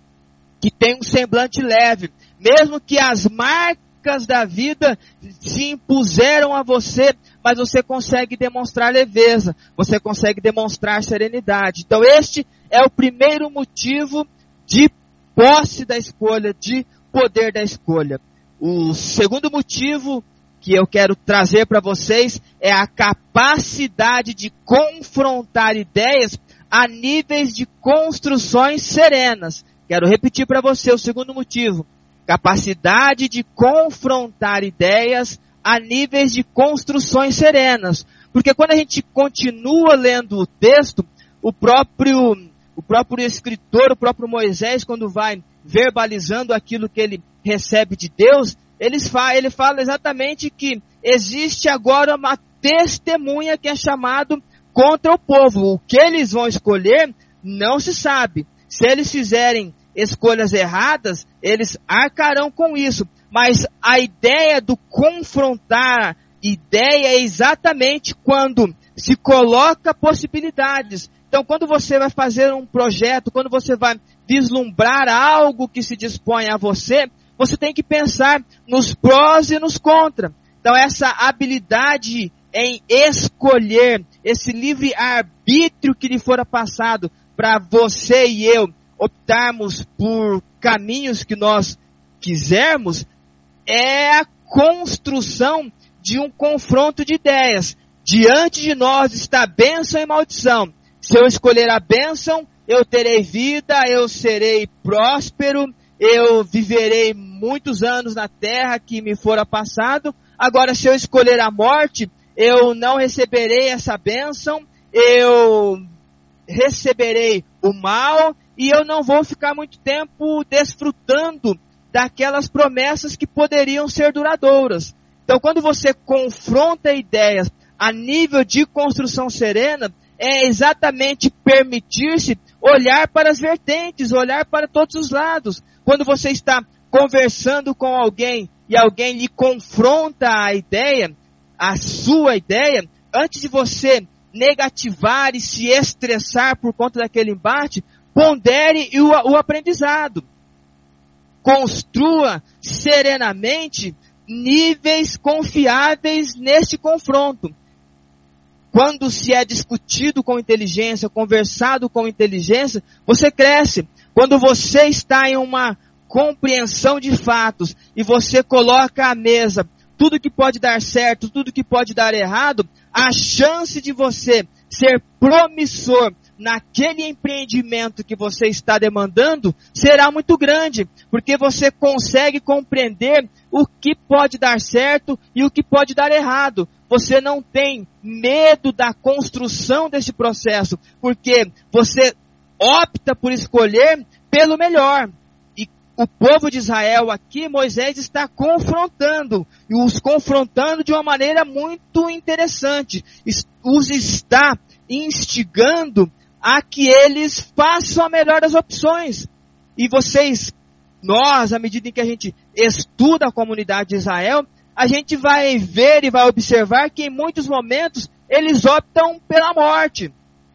Speaker 4: que tem um semblante leve. Mesmo que as marcas da vida se impuseram a você, mas você consegue demonstrar leveza. Você consegue demonstrar serenidade. Então este é o primeiro motivo de posse da escolha, de poder da escolha. O segundo motivo que eu quero trazer para vocês é a capacidade de confrontar ideias a níveis de construções serenas. Quero repetir para você o segundo motivo. Capacidade de confrontar ideias a níveis de construções serenas. Porque quando a gente continua lendo o texto, o próprio, o próprio escritor, o próprio Moisés, quando vai verbalizando aquilo que ele recebe de Deus, ele fala, ele fala exatamente que existe agora uma testemunha que é chamado contra o povo. O que eles vão escolher não se sabe. Se eles fizerem escolhas erradas, eles arcarão com isso. Mas a ideia do confrontar ideia é exatamente quando se coloca possibilidades. Então, quando você vai fazer um projeto, quando você vai vislumbrar algo que se dispõe a você, você tem que pensar nos prós e nos contras. Então, essa habilidade em escolher, esse livre-arbítrio que lhe fora passado para você e eu optarmos por caminhos que nós quisermos, é a construção de um confronto de ideias. Diante de nós está bênção e maldição. Se eu escolher a bênção, eu terei vida, eu serei próspero, eu viverei muitos anos na terra que me fora passado. Agora, se eu escolher a morte, eu não receberei essa bênção, eu receberei o mal e eu não vou ficar muito tempo desfrutando daquelas promessas que poderiam ser duradouras. Então, quando você confronta ideias a nível de construção serena, é exatamente permitir-se olhar para as vertentes, olhar para todos os lados. Quando você está conversando com alguém e alguém lhe confronta a ideia, a sua ideia, antes de você negativar e se estressar por conta daquele embate, pondere o, o aprendizado. Construa serenamente níveis confiáveis neste confronto. Quando se é discutido com inteligência, conversado com inteligência, você cresce. Quando você está em uma compreensão de fatos e você coloca à mesa tudo que pode dar certo, tudo que pode dar errado, a chance de você ser promissor naquele empreendimento que você está demandando será muito grande, porque você consegue compreender o que pode dar certo e o que pode dar errado. Você não tem medo da construção desse processo, porque você opta por escolher pelo melhor. E o povo de Israel aqui, Moisés está confrontando, e os confrontando de uma maneira muito interessante. Os está instigando a que eles façam a melhor das opções. E vocês, nós, à medida em que a gente estuda a comunidade de Israel, a gente vai ver e vai observar que em muitos momentos eles optam pela morte.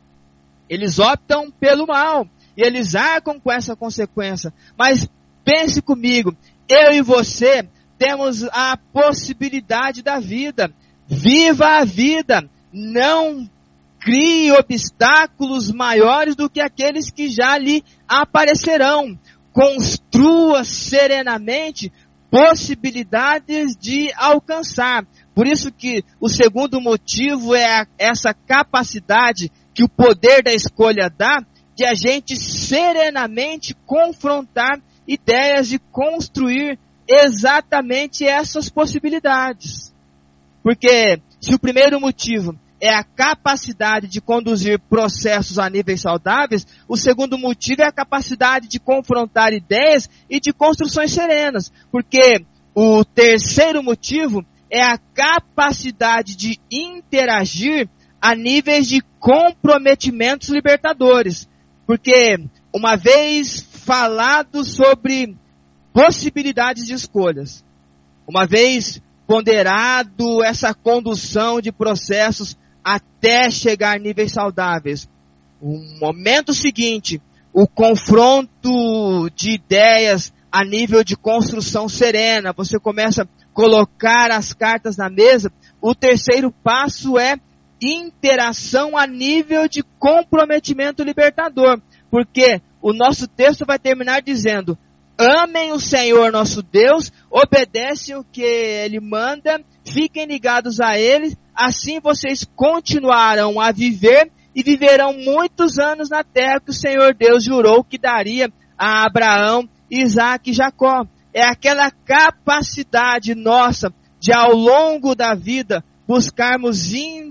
Speaker 4: Eles optam pelo mal. E eles arcam com essa consequência. Mas pense comigo, eu e você temos a possibilidade da vida. Viva a vida. Não crie obstáculos maiores do que aqueles que já lhe aparecerão. Construa serenamente possibilidades de alcançar. Por isso que o segundo motivo é a, essa capacidade que o poder da escolha dá, de a gente serenamente confrontar ideias e construir exatamente essas possibilidades. Porque se o primeiro motivo é a capacidade de conduzir processos a níveis saudáveis, o segundo motivo é a capacidade de confrontar ideias e de construções serenas. Porque o terceiro motivo é a capacidade de interagir a níveis de comprometimentos libertadores. Porque uma vez falado sobre possibilidades de escolhas, uma vez ponderado essa condução de processos até chegar a níveis saudáveis, o momento seguinte, o confronto de ideias a nível de construção serena, você começa a colocar as cartas na mesa. O terceiro passo é interação a nível de comprometimento libertador, porque o nosso texto vai terminar dizendo: amem o Senhor nosso Deus, obedecem o que Ele manda, fiquem ligados a Ele, assim vocês continuarão a viver e viverão muitos anos na terra que o Senhor Deus jurou que daria a Abraão, Isaque e Jacó. É aquela capacidade nossa de, ao longo da vida, buscarmos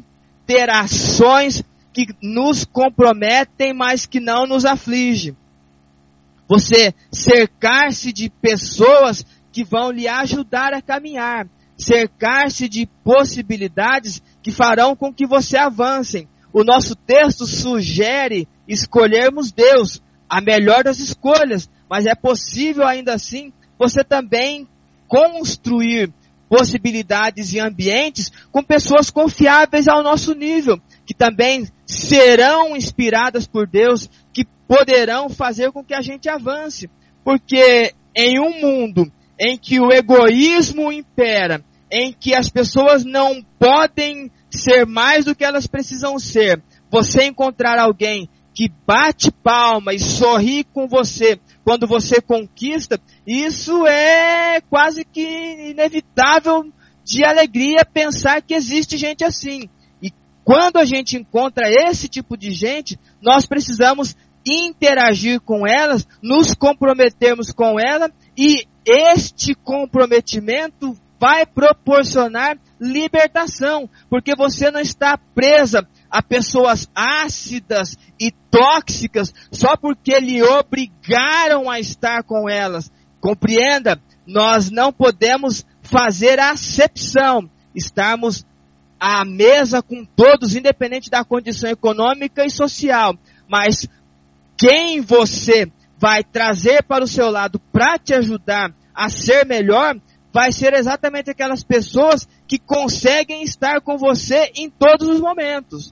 Speaker 4: interações que nos comprometem, mas que não nos afligem. Você cercar-se de pessoas que vão lhe ajudar a caminhar. Cercar-se de possibilidades que farão com que você avance. O nosso texto sugere escolhermos Deus, a melhor das escolhas. Mas é possível ainda assim você também construir possibilidades e ambientes com pessoas confiáveis ao nosso nível, que também serão inspiradas por Deus, que poderão fazer com que a gente avance. Porque em um mundo em que o egoísmo impera, em que as pessoas não podem ser mais do que elas precisam ser, você encontrar alguém que bate palma e sorri com você quando você conquista, isso é quase que inevitável de alegria pensar que existe gente assim. E quando a gente encontra esse tipo de gente, nós precisamos interagir com elas, nos comprometermos com ela, e este comprometimento vai proporcionar libertação, porque você não está presa a pessoas ácidas e tóxicas só porque lhe obrigaram a estar com elas. Compreenda, nós não podemos fazer acepção, estarmos à mesa com todos, independente da condição econômica e social, mas quem você vai trazer para o seu lado para te ajudar a ser melhor, vai ser exatamente aquelas pessoas que conseguem estar com você em todos os momentos.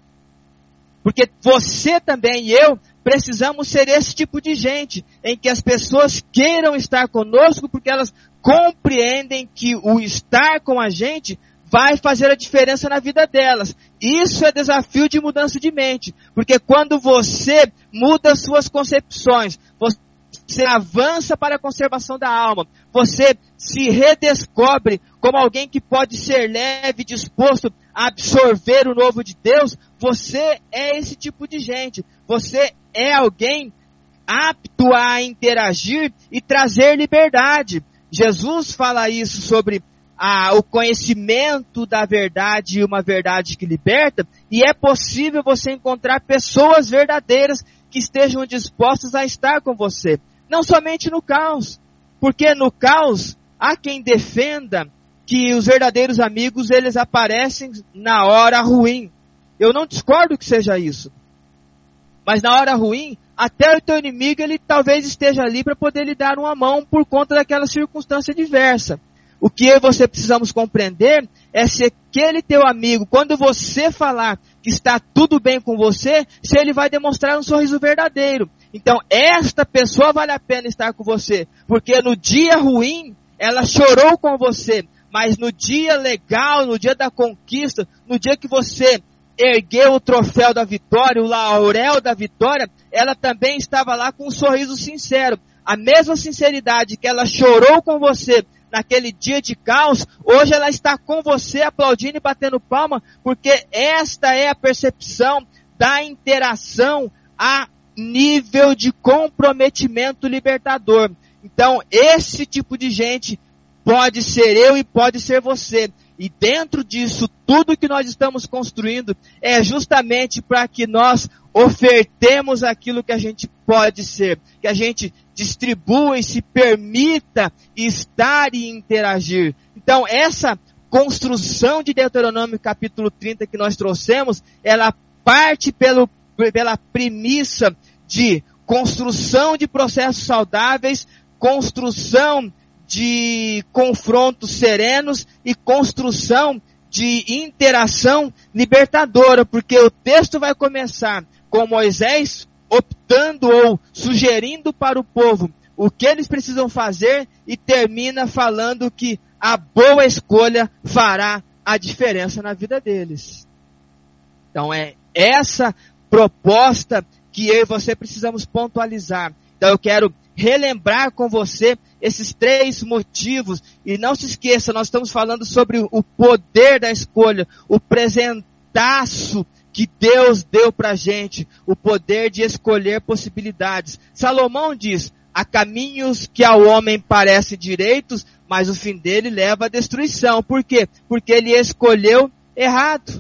Speaker 4: Porque você também e eu precisamos ser esse tipo de gente, em que as pessoas queiram estar conosco, porque elas compreendem que o estar com a gente vai fazer a diferença na vida delas. Isso é desafio de mudança de mente, porque quando você muda suas concepções, você avança para a conservação da alma, você se redescobre como alguém que pode ser leve, disposto a absorver o novo de Deus, você é esse tipo de gente. Você é alguém apto a interagir e trazer liberdade. Jesus fala isso sobre a, o conhecimento da verdade e uma verdade que liberta, e é possível você encontrar pessoas verdadeiras que estejam dispostas a estar com você. Não somente no caos, porque no caos há quem defenda que os verdadeiros amigos eles aparecem na hora ruim. Eu não discordo que seja isso. Mas na hora ruim, até o teu inimigo ele talvez esteja ali para poder lhe dar uma mão por conta daquela circunstância diversa. O que eu e você precisamos compreender é se aquele teu amigo, quando você falar que está tudo bem com você, se ele vai demonstrar um sorriso verdadeiro. Então, esta pessoa vale a pena estar com você, porque no dia ruim, ela chorou com você, mas no dia legal, no dia da conquista, no dia que você ergueu o troféu da vitória, o laurel da vitória, ela também estava lá com um sorriso sincero. A mesma sinceridade que ela chorou com você naquele dia de caos, hoje ela está com você aplaudindo e batendo palma, porque esta é a percepção da interação a nível de comprometimento libertador. Então, esse tipo de gente pode ser eu e pode ser você. E dentro disso, tudo que nós estamos construindo é justamente para que nós ofertemos aquilo que a gente pode ser, que a gente distribua e se permita estar e interagir. Então, essa construção de Deuteronômio capítulo trinta que nós trouxemos, ela parte pelo, pela premissa de construção de processos saudáveis, construção de confrontos serenos e construção de interação libertadora, porque o texto vai começar com Moisés optando ou sugerindo para o povo o que eles precisam fazer e termina falando que a boa escolha fará a diferença na vida deles. Então é essa proposta que eu e você precisamos pontualizar. Então eu quero relembrar com você esses três motivos, e não se esqueça, nós estamos falando sobre o poder da escolha, o presentaço que Deus deu pra gente, o poder de escolher possibilidades. Salomão diz, há caminhos que ao homem parecem direitos, mas o fim dele leva à destruição. Por quê? Porque ele escolheu errado.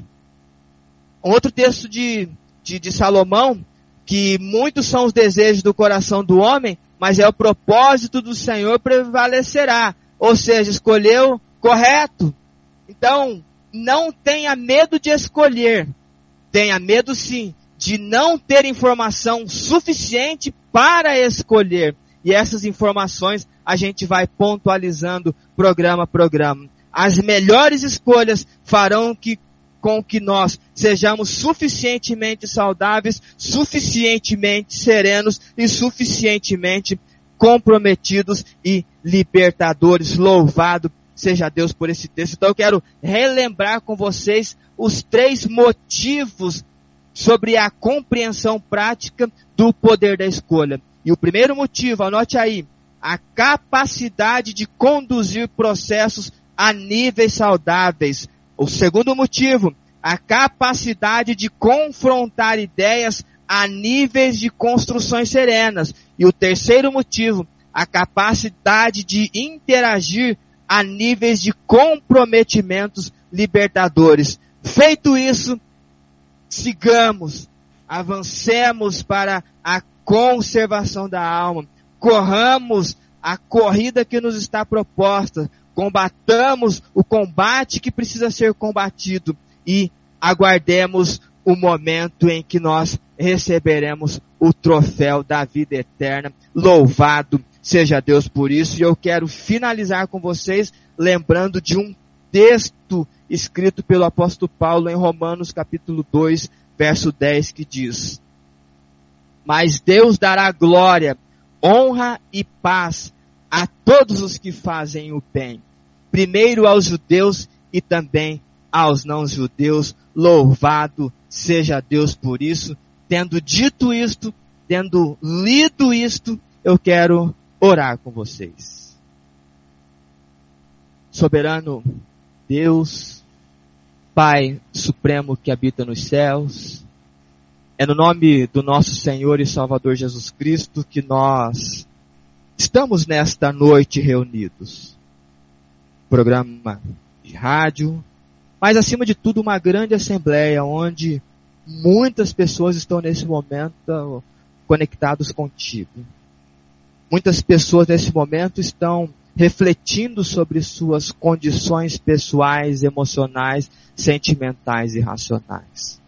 Speaker 4: Outro texto de, de, de Salomão, que muitos são os desejos do coração do homem, mas é o propósito do Senhor prevalecerá. Ou seja, escolheu correto. Então, não tenha medo de escolher. Tenha medo sim, de não ter informação suficiente para escolher. E essas informações a gente vai pontualizando programa a programa. As melhores escolhas farão que com que nós sejamos suficientemente saudáveis, suficientemente serenos e suficientemente comprometidos e libertadores. Louvado seja Deus por esse texto. Então eu quero relembrar com vocês os três motivos sobre a compreensão prática do poder da escolha. E o primeiro motivo, anote aí, a capacidade de conduzir processos a níveis saudáveis. O segundo motivo, a capacidade de confrontar ideias a níveis de construções serenas. E o terceiro motivo, a capacidade de interagir a níveis de comprometimentos libertadores. Feito isso, sigamos, avancemos para a conservação da alma, corramos a corrida que nos está proposta, combatamos o combate que precisa ser combatido e aguardemos o momento em que nós receberemos o troféu da vida eterna. Louvado seja Deus por isso. E eu quero finalizar com vocês lembrando de um texto escrito pelo apóstolo Paulo em Romanos capítulo dois, verso dez, que diz: mas Deus dará glória, honra e paz a todos os que fazem o bem, primeiro aos judeus e também aos não-judeus. Louvado seja Deus por isso. Tendo dito isto, tendo lido isto, eu quero orar com vocês. soberano Deus, Pai supremo que habita nos céus, é no nome do nosso Senhor e Salvador Jesus Cristo que nós estamos nesta noite reunidos. Programa de rádio, mas acima de tudo uma grande assembleia onde muitas pessoas estão nesse momento conectados contigo. Muitas pessoas nesse momento estão refletindo sobre suas condições pessoais, emocionais, sentimentais e racionais.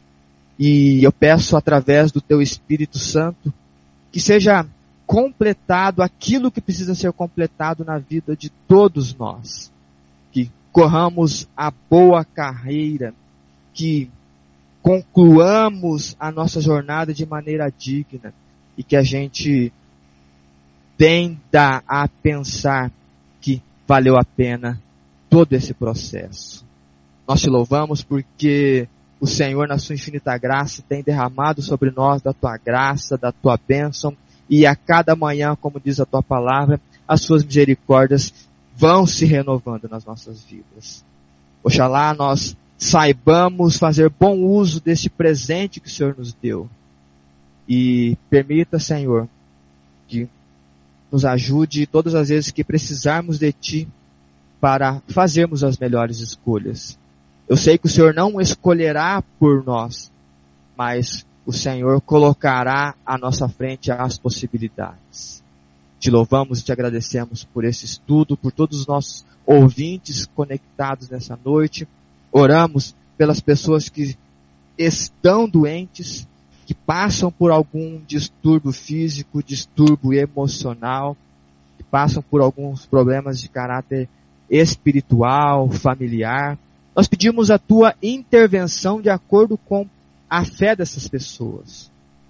Speaker 4: E eu peço através do Teu Espírito Santo que seja completado aquilo que precisa ser completado na vida de todos nós. Que corramos a boa carreira, que concluamos a nossa jornada de maneira digna e que a gente tenda a pensar que valeu a pena todo esse processo. Nós te louvamos porque o Senhor, na sua infinita graça, tem derramado sobre nós da tua graça, da tua bênção, e a cada manhã, como diz a tua palavra, as suas misericórdias vão se renovando nas nossas vidas. Oxalá nós saibamos fazer bom uso deste presente que o Senhor nos deu. E permita, Senhor, que nos ajude todas as vezes que precisarmos de Ti para fazermos as melhores escolhas. Eu sei que o Senhor não escolherá por nós, mas o Senhor colocará à nossa frente as possibilidades. Te louvamos e te agradecemos por esse estudo, por todos os nossos ouvintes conectados nessa noite. Oramos pelas pessoas que estão doentes, que passam por algum distúrbio físico, distúrbio emocional, que passam por alguns problemas de caráter espiritual, familiar. Nós pedimos a Tua intervenção de acordo com a fé dessas pessoas.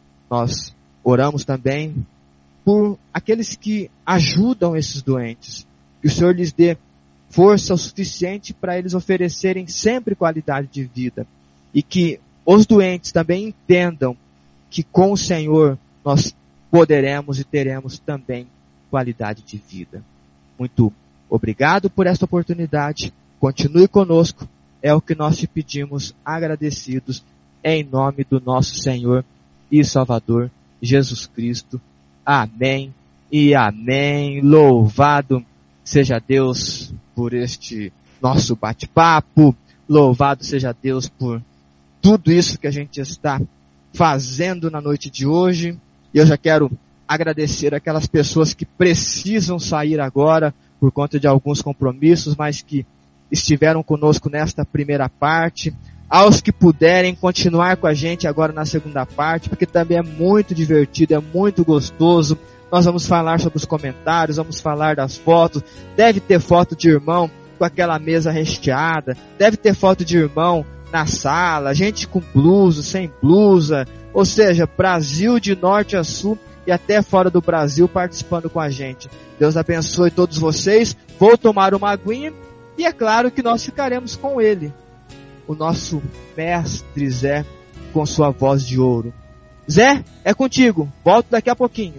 Speaker 4: Nós oramos também por aqueles que ajudam esses doentes, que o Senhor lhes dê força o suficiente para eles oferecerem sempre qualidade de vida, e que os doentes também entendam que com o Senhor nós poderemos e teremos também qualidade de vida. Muito obrigado por esta oportunidade. Continue conosco. É o que nós te pedimos, agradecidos, em nome do nosso Senhor e Salvador Jesus Cristo. Amém e amém. Louvado seja Deus por este nosso bate-papo. Louvado seja Deus por tudo isso que a gente está fazendo na noite de hoje. E eu já quero agradecer aquelas pessoas que precisam sair agora por conta de alguns compromissos, mas que estiveram conosco nesta primeira parte, aos que puderem continuar com a gente agora na segunda parte, porque também é muito divertido, é muito gostoso. Nós vamos falar sobre os comentários, vamos falar das fotos. Deve ter foto de irmão com aquela mesa recheada, deve ter foto de irmão na sala, gente com blusa, sem blusa, ou seja, Brasil de norte a sul e até fora do Brasil participando com a gente. Deus abençoe todos vocês. Vou tomar uma aguinha. E é claro que nós ficaremos com ele, o nosso mestre Zé, com sua voz de ouro. Zé, é contigo. Volto daqui a pouquinho.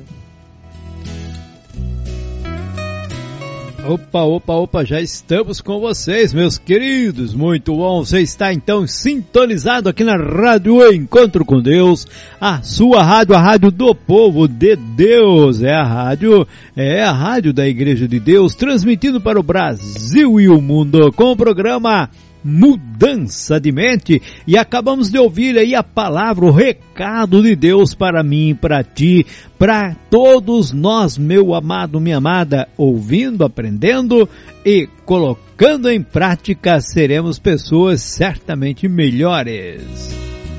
Speaker 3: Opa, opa, opa, já estamos com vocês, meus queridos. Muito bom. Você está então sintonizado aqui na Rádio Encontro com Deus, a sua rádio, a rádio do povo de Deus. É a rádio, é a rádio da Igreja de Deus, transmitindo para o Brasil e o mundo com o programa Mudança de Mente. E acabamos de ouvir aí a palavra, o recado de Deus para mim, para ti, para todos nós, meu amado, minha amada, ouvindo, aprendendo e colocando em prática, seremos pessoas certamente melhores.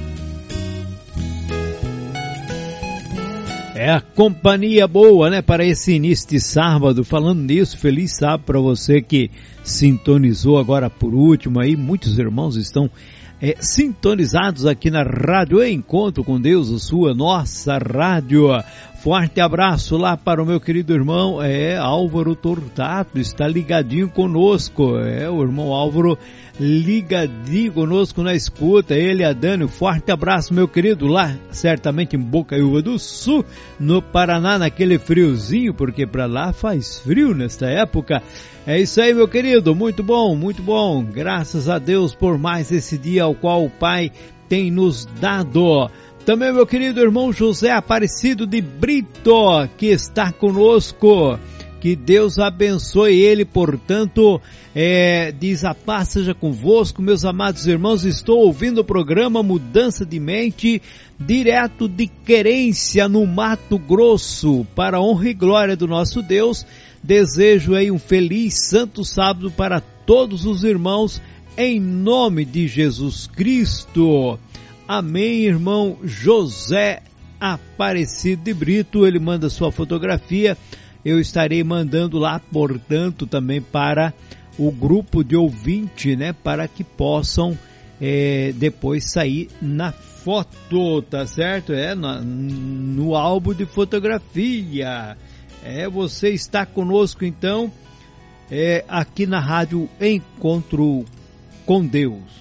Speaker 3: É a companhia boa, né, para esse início de sábado. Falando nisso, feliz sábado para você que sintonizou agora por último aí. Muitos irmãos estão é, sintonizados aqui na Rádio Encontro com Deus, a sua, nossa rádio. Forte abraço lá para o meu querido irmão, é, Álvaro Tortato, está ligadinho conosco, é, o irmão Álvaro ligadinho conosco na escuta, ele e a Dani, forte abraço meu querido, lá certamente em Bocaiúva do Sul, no Paraná, naquele friozinho, porque para lá faz frio nesta época. É isso aí meu querido, muito bom, muito bom, graças a Deus por mais esse dia ao qual o Pai tem nos dado. Também meu querido irmão José Aparecido de Brito, que está conosco, que Deus abençoe ele, portanto, é, diz a paz seja convosco, meus amados irmãos, estou ouvindo o programa Mudança de Mente, direto de Querência, no Mato Grosso, para a honra e glória do nosso Deus, desejo aí um feliz santo sábado para todos os irmãos, em nome de Jesus Cristo. Amém, irmão José Aparecido de Brito, ele manda sua fotografia, eu estarei mandando lá, portanto, também para o grupo de ouvinte, né, para que possam é, depois sair na foto, tá certo? É, na, no álbum de fotografia. É, você está conosco, então, é, aqui na Rádio Encontro com Deus.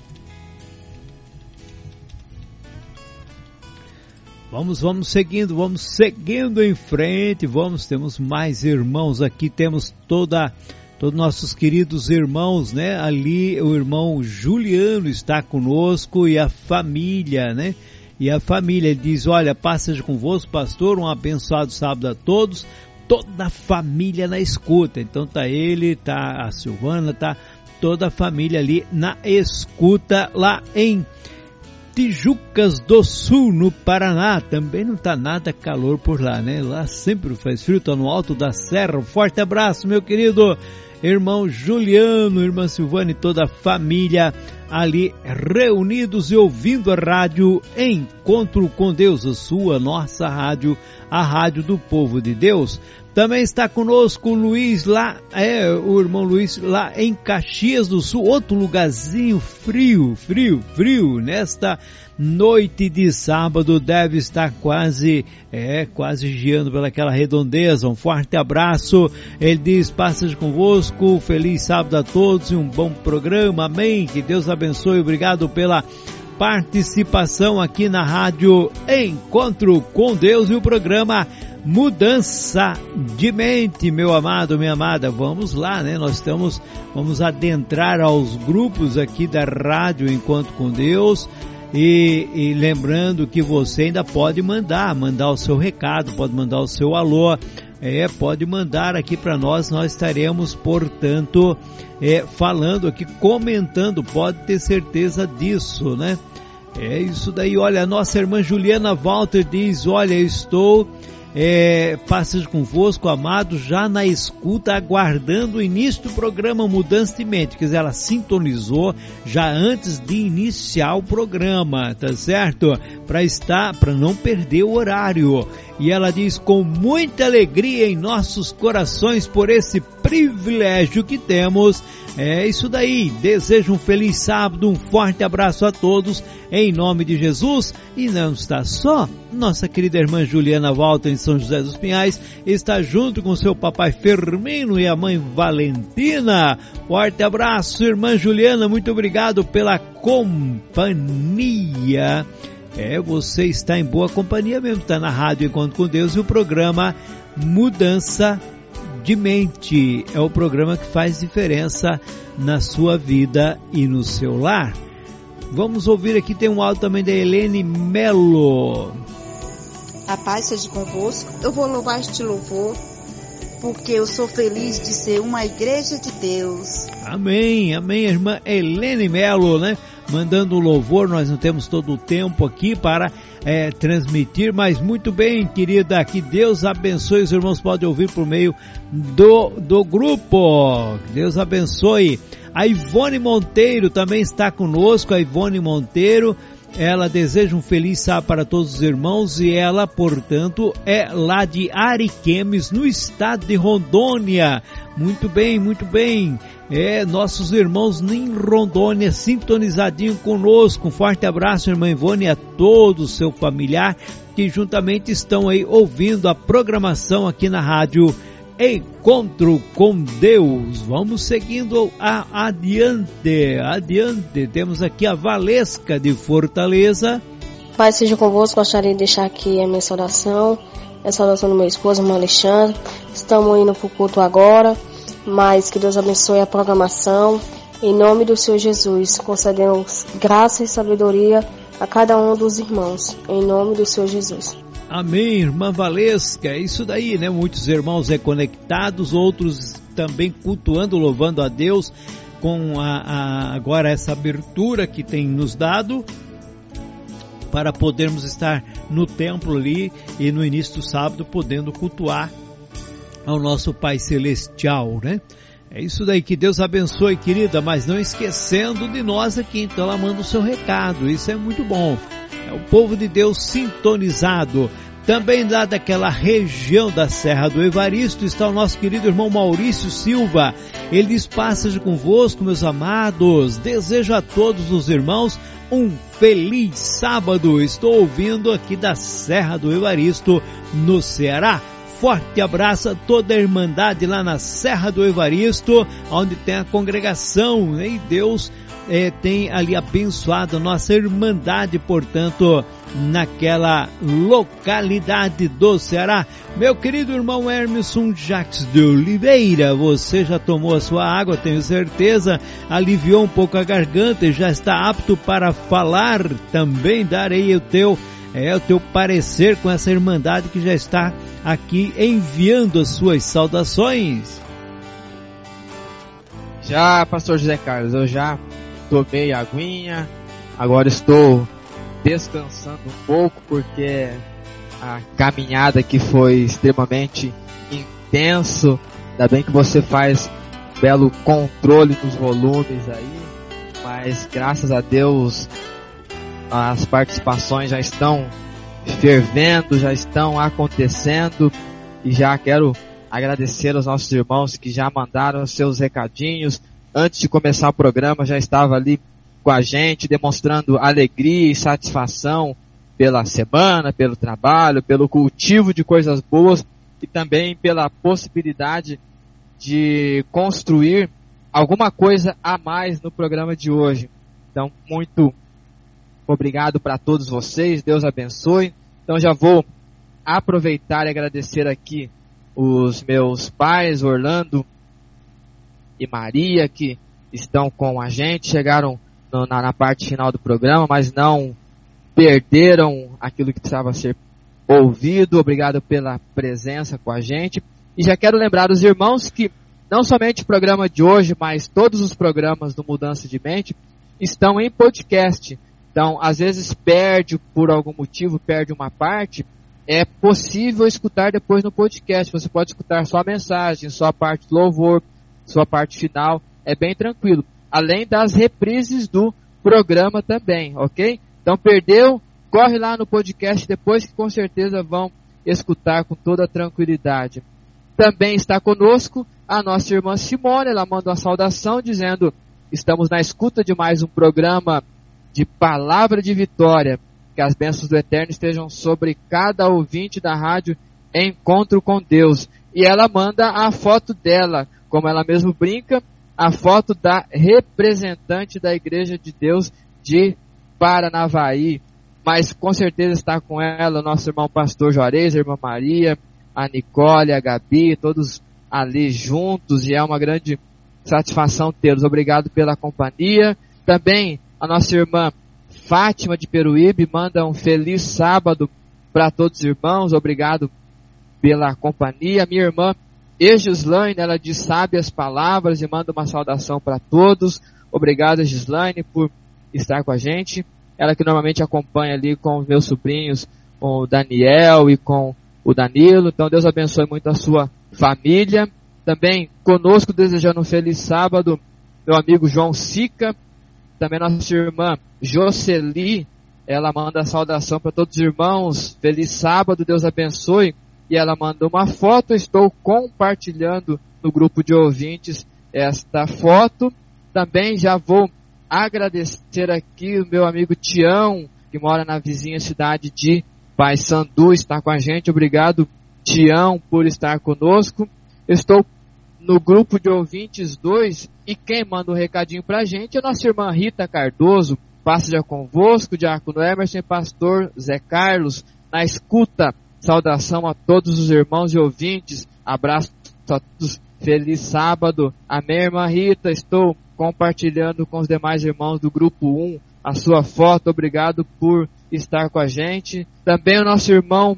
Speaker 3: Vamos, vamos seguindo, vamos seguindo em frente, vamos, temos mais irmãos aqui, temos toda, todos nossos queridos irmãos, né, ali o irmão Juliano está conosco e a família, né, e a família, ele diz, olha, paz seja convosco, pastor, um abençoado sábado a todos, toda a família na escuta, então tá ele, tá a Silvana, tá toda a família ali na escuta lá em Tijucas do Sul, no Paraná, também não está nada calor por lá, né? Lá sempre faz frio, está no alto da serra. Um forte abraço, meu querido irmão Juliano, irmã Silvana e toda a família ali reunidos e ouvindo a rádio Encontro com Deus, a sua, nossa rádio, a rádio do povo de Deus. Também está conosco o Luiz lá, é, o irmão Luiz lá em Caxias do Sul, outro lugarzinho frio, frio, frio, nesta noite de sábado, deve estar quase, é, quase guiando pelaquela redondeza. Um forte abraço, ele diz, paz seja convosco, feliz sábado a todos e um bom programa, amém, que Deus abençoe, obrigado pela participação aqui na rádio Encontro com Deus e o programa Mudança de Mente, meu amado, minha amada, vamos lá, né, nós estamos, vamos adentrar aos grupos aqui da rádio Encontro com Deus e, e lembrando que você ainda pode mandar, mandar o seu recado, pode mandar o seu alô, é, pode mandar aqui para nós, nós estaremos, portanto, é, falando aqui, comentando, pode ter certeza disso, né? É isso daí, olha, a nossa irmã Juliana Walter diz, olha, eu estou, é, paz seja convosco, amado, já na escuta, aguardando o início do programa Mudança de Mente, quer dizer, ela sintonizou já antes de iniciar o programa, tá certo? Para estar, para não perder o horário. E ela diz, com muita alegria em nossos corações por esse privilégio que temos, é isso daí, desejo um feliz sábado, um forte abraço a todos, em nome de Jesus, e não está só, nossa querida irmã Juliana Walter em São José dos Pinhais, está junto com seu papai Firmino e a mãe Valentina, forte abraço, irmã Juliana, muito obrigado pela companhia. É, você está em boa companhia mesmo, está na Rádio Encontro com Deus e o programa Mudança de Mente. É o programa que faz diferença na sua vida e no seu lar. Vamos ouvir aqui, tem um áudio também da Helene Melo.
Speaker 6: A paz seja convosco. Eu vou louvar este louvor porque eu sou feliz de ser uma igreja de Deus. Amém,
Speaker 3: amém, irmã Helene Melo, né? Mandando o louvor, nós não temos todo o tempo aqui para é, transmitir, mas muito bem, querida, que Deus abençoe, os irmãos podem ouvir por meio do, do grupo, Deus abençoe. A Ivone Monteiro também está conosco, a Ivone Monteiro, ela deseja um feliz sábado para todos os irmãos e ela, portanto, é lá de Ariquemes, no estado de Rondônia. Muito bem, muito bem. É, nossos irmãos em Rondônia sintonizadinho conosco. Um forte abraço, irmã Ivone, e a todo o seu familiar que juntamente estão aí ouvindo a programação aqui na rádio Encontro com Deus. Vamos seguindo a, adiante, adiante. Temos aqui a Valesca de Fortaleza.
Speaker 7: Pai seja convosco, gostaria de deixar aqui a minha saudação, a saudação do meu esposo, irmão Alexandre. Estamos indo para o culto agora, mas que Deus abençoe a programação. Em nome do Senhor Jesus, concedemos graça e sabedoria a cada um dos irmãos. Em nome do Senhor Jesus.
Speaker 3: Amém, irmã Valesca, é isso daí, né? Muitos irmãos reconectados, outros também cultuando, louvando a Deus com a, a, agora essa abertura que tem nos dado para podermos estar no templo ali e no início do sábado podendo cultuar ao nosso Pai Celestial, né? É isso daí, que Deus abençoe, querida, mas não esquecendo de nós aqui, então ela manda o seu recado, isso é muito bom. É o povo de Deus sintonizado. Também lá daquela região da Serra do Evaristo está o nosso querido irmão Maurício Silva. Ele diz: paz seja convosco, meus amados. Desejo a todos os irmãos um feliz sábado. Estou ouvindo aqui da Serra do Evaristo, no Ceará. Forte abraço a toda a Irmandade lá na Serra do Evaristo, onde tem a congregação, né? E Deus é, tem ali abençoado a nossa Irmandade, portanto, naquela localidade do Ceará. Meu querido irmão Hermeson Jacques de Oliveira, você já tomou a sua água, tenho certeza, aliviou um pouco a garganta e já está apto para falar também, dar aí o teu É o teu parecer com essa Irmandade que já está aqui enviando as suas saudações.
Speaker 4: Já, pastor José Carlos, eu já tomei a aguinha, agora estou descansando um pouco porque a caminhada aqui foi extremamente intenso. Ainda bem que você faz belo controle dos volumes aí, mas graças a Deus as participações já estão fervendo, já estão acontecendo, e já quero agradecer aos nossos irmãos que já mandaram seus recadinhos. Antes de começar o programa já estava ali com a gente, demonstrando alegria e satisfação pela semana, pelo trabalho, pelo cultivo de coisas boas e também pela possibilidade de construir alguma coisa a mais no programa de hoje. Então, muito obrigado para todos vocês, Deus abençoe. Então já vou aproveitar e agradecer aqui os meus pais, Orlando e Maria, que estão com a gente, chegaram no, na, na parte final do programa, mas não perderam aquilo que precisava ser ouvido. Obrigado pela presença com a gente. E já quero lembrar os irmãos que não somente o programa de hoje, mas todos os programas do Mudança de Mente estão em podcast. Então, às vezes perde por algum motivo, perde uma parte, é possível escutar depois no podcast. Você pode escutar só a mensagem, só a parte do louvor, só a parte final, é bem tranquilo. Além das reprises do programa também, ok? Então, perdeu, corre lá no podcast depois que com certeza vão escutar com toda tranquilidade. Também está conosco a nossa irmã Simone, ela manda uma saudação dizendo: estamos na escuta de mais um programa de palavra de vitória, que as bênçãos do Eterno estejam sobre cada ouvinte da rádio Encontro com Deus. E ela manda a foto dela, como ela mesmo brinca, a foto da representante da Igreja de Deus de Paranavaí, mas com certeza está com ela o nosso irmão pastor Juarez, a irmã Maria, a Nicole, a Gabi, todos ali juntos, e é uma grande satisfação tê-los. Obrigado pela companhia. Também a nossa irmã Fátima de Peruíbe manda um feliz sábado para todos os irmãos. Obrigado pela companhia. Minha irmã Gislaine, ela diz sábias palavras e manda uma saudação para todos. Obrigado, Gislaine, por estar com a gente. Ela que normalmente acompanha ali com os meus sobrinhos, com o Daniel e com o Danilo. Então Deus abençoe muito a sua família. Também conosco, desejando um feliz sábado, meu amigo João Sica. Também nossa irmã Jocely, ela manda saudação para todos os irmãos. Feliz sábado, Deus abençoe. E ela manda uma foto, estou compartilhando no grupo de ouvintes esta foto. Também já vou agradecer aqui o meu amigo Tião, que mora na vizinha cidade de Paysandu, está com a gente. Obrigado, Tião, por estar conosco. Eu estou no grupo de ouvintes dois, e quem manda um recadinho pra gente é a nossa irmã Rita Cardoso. Passa já convosco, Diácono Emerson e Pastor Zé Carlos, na escuta. Saudação a todos os irmãos e ouvintes. Abraço a todos. Feliz sábado. Amém, irmã Rita. Estou compartilhando com os demais irmãos do grupo um a sua foto. Obrigado por estar com a gente. Também o nosso irmão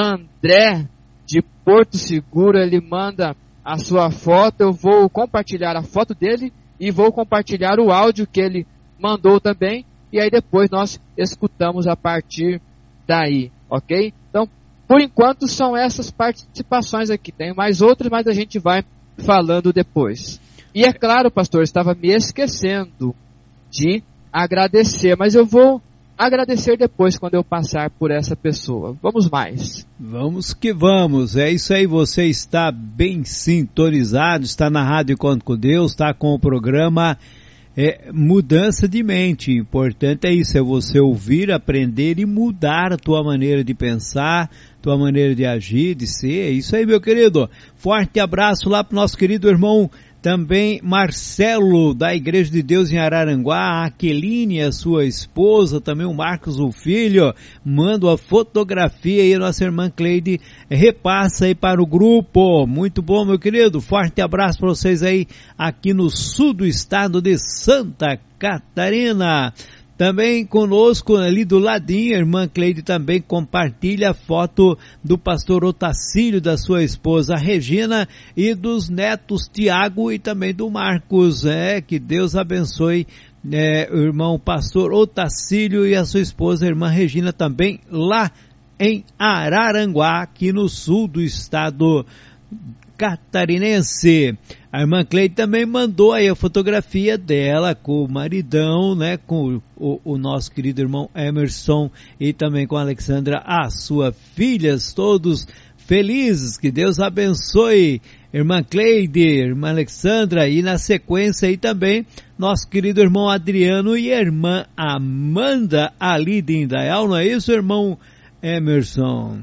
Speaker 4: André, de Porto Seguro, ele manda a sua foto. Eu vou compartilhar a foto dele e vou compartilhar o áudio que ele mandou também. E aí depois nós escutamos a partir daí, ok? Então, por enquanto são essas participações aqui. Tem mais outras, mas a gente vai falando depois. E é claro, pastor, eu estava me esquecendo de agradecer, mas eu vou agradecer depois quando eu passar por essa pessoa. Vamos mais.
Speaker 3: Vamos que vamos. É isso aí, você está bem sintonizado, está na Rádio Encontro com Deus, está com o programa é, Mudança de Mente. Importante é isso, é você ouvir, aprender e mudar a tua maneira de pensar, tua maneira de agir, de ser. É isso aí, meu querido. Forte abraço lá para o nosso querido irmão também Marcelo, da Igreja de Deus em Araranguá, a Aqueline, a sua esposa, também o Marcos, o filho, manda a fotografia e a nossa irmã Cleide repassa aí para o grupo. Muito bom, meu querido, forte abraço para vocês aí, aqui no sul do estado de Santa Catarina. Também conosco ali do ladinho, a irmã Cleide também compartilha a foto do pastor Otacílio, da sua esposa Regina e dos netos Tiago e também do Marcos. É, que Deus abençoe é, o irmão pastor Otacílio e a sua esposa, a irmã Regina, também lá em Araranguá, aqui no sul do estado catarinense. A irmã Cleide também mandou aí a fotografia dela com o maridão, né, com o, o nosso querido irmão Emerson e também com a Alexandra, as suas filhas, todos felizes. Que Deus abençoe irmã Cleide, irmã Alexandra, e na sequência aí também nosso querido irmão Adriano e a irmã Amanda ali de Indaial, não é isso, irmão Emerson?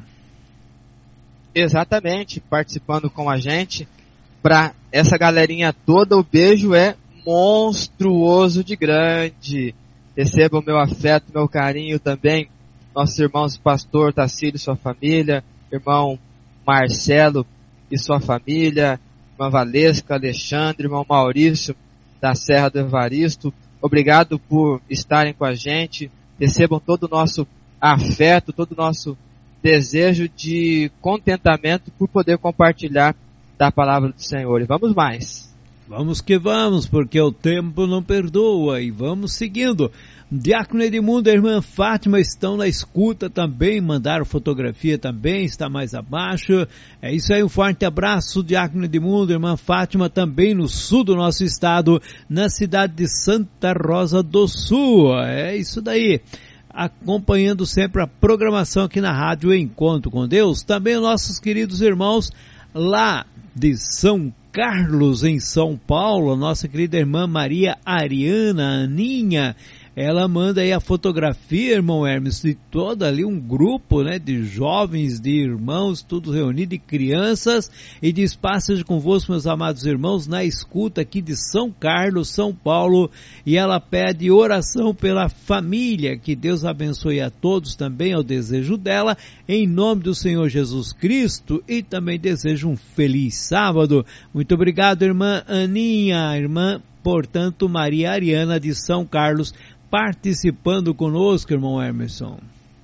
Speaker 4: Exatamente, participando com a gente. Para essa galerinha toda, o beijo é monstruoso de grande. Receba o meu afeto, meu carinho também. Nossos irmãos pastor Tacílio e sua família, irmão Marcelo e sua família, irmã Valesca, Alexandre, irmão Maurício da Serra do Evaristo. Obrigado por estarem com a gente. Recebam todo o nosso afeto, todo o nosso desejo de contentamento por poder compartilhar da palavra do Senhor. E vamos mais.
Speaker 3: Vamos que vamos, porque o tempo não perdoa, e vamos seguindo. Diácono Edmundo e a irmã Fátima estão na escuta também, mandaram fotografia também, está mais abaixo. É isso aí, um forte abraço, Diácono Edmundo, irmã Fátima, também no sul do nosso estado, na cidade de Santa Rosa do Sul. É isso daí. Acompanhando sempre a programação aqui na Rádio Encontro com Deus. Também nossos queridos irmãos lá de São Carlos, em São Paulo, a nossa querida irmã Maria Ariana Aninha, ela manda aí a fotografia, irmão Hermes, de todo ali um grupo, né, de jovens, de irmãos, tudo reunido, de crianças, e diz: "Passe convosco, meus amados irmãos, na escuta aqui de São Carlos, São Paulo", e ela pede oração pela família, que Deus abençoe a todos também, é o desejo dela, em nome do Senhor Jesus Cristo, e também desejo um feliz sábado. Muito obrigado, irmã Aninha, irmã, portanto, Maria Ariana de São Carlos, participando conosco, irmão Emerson.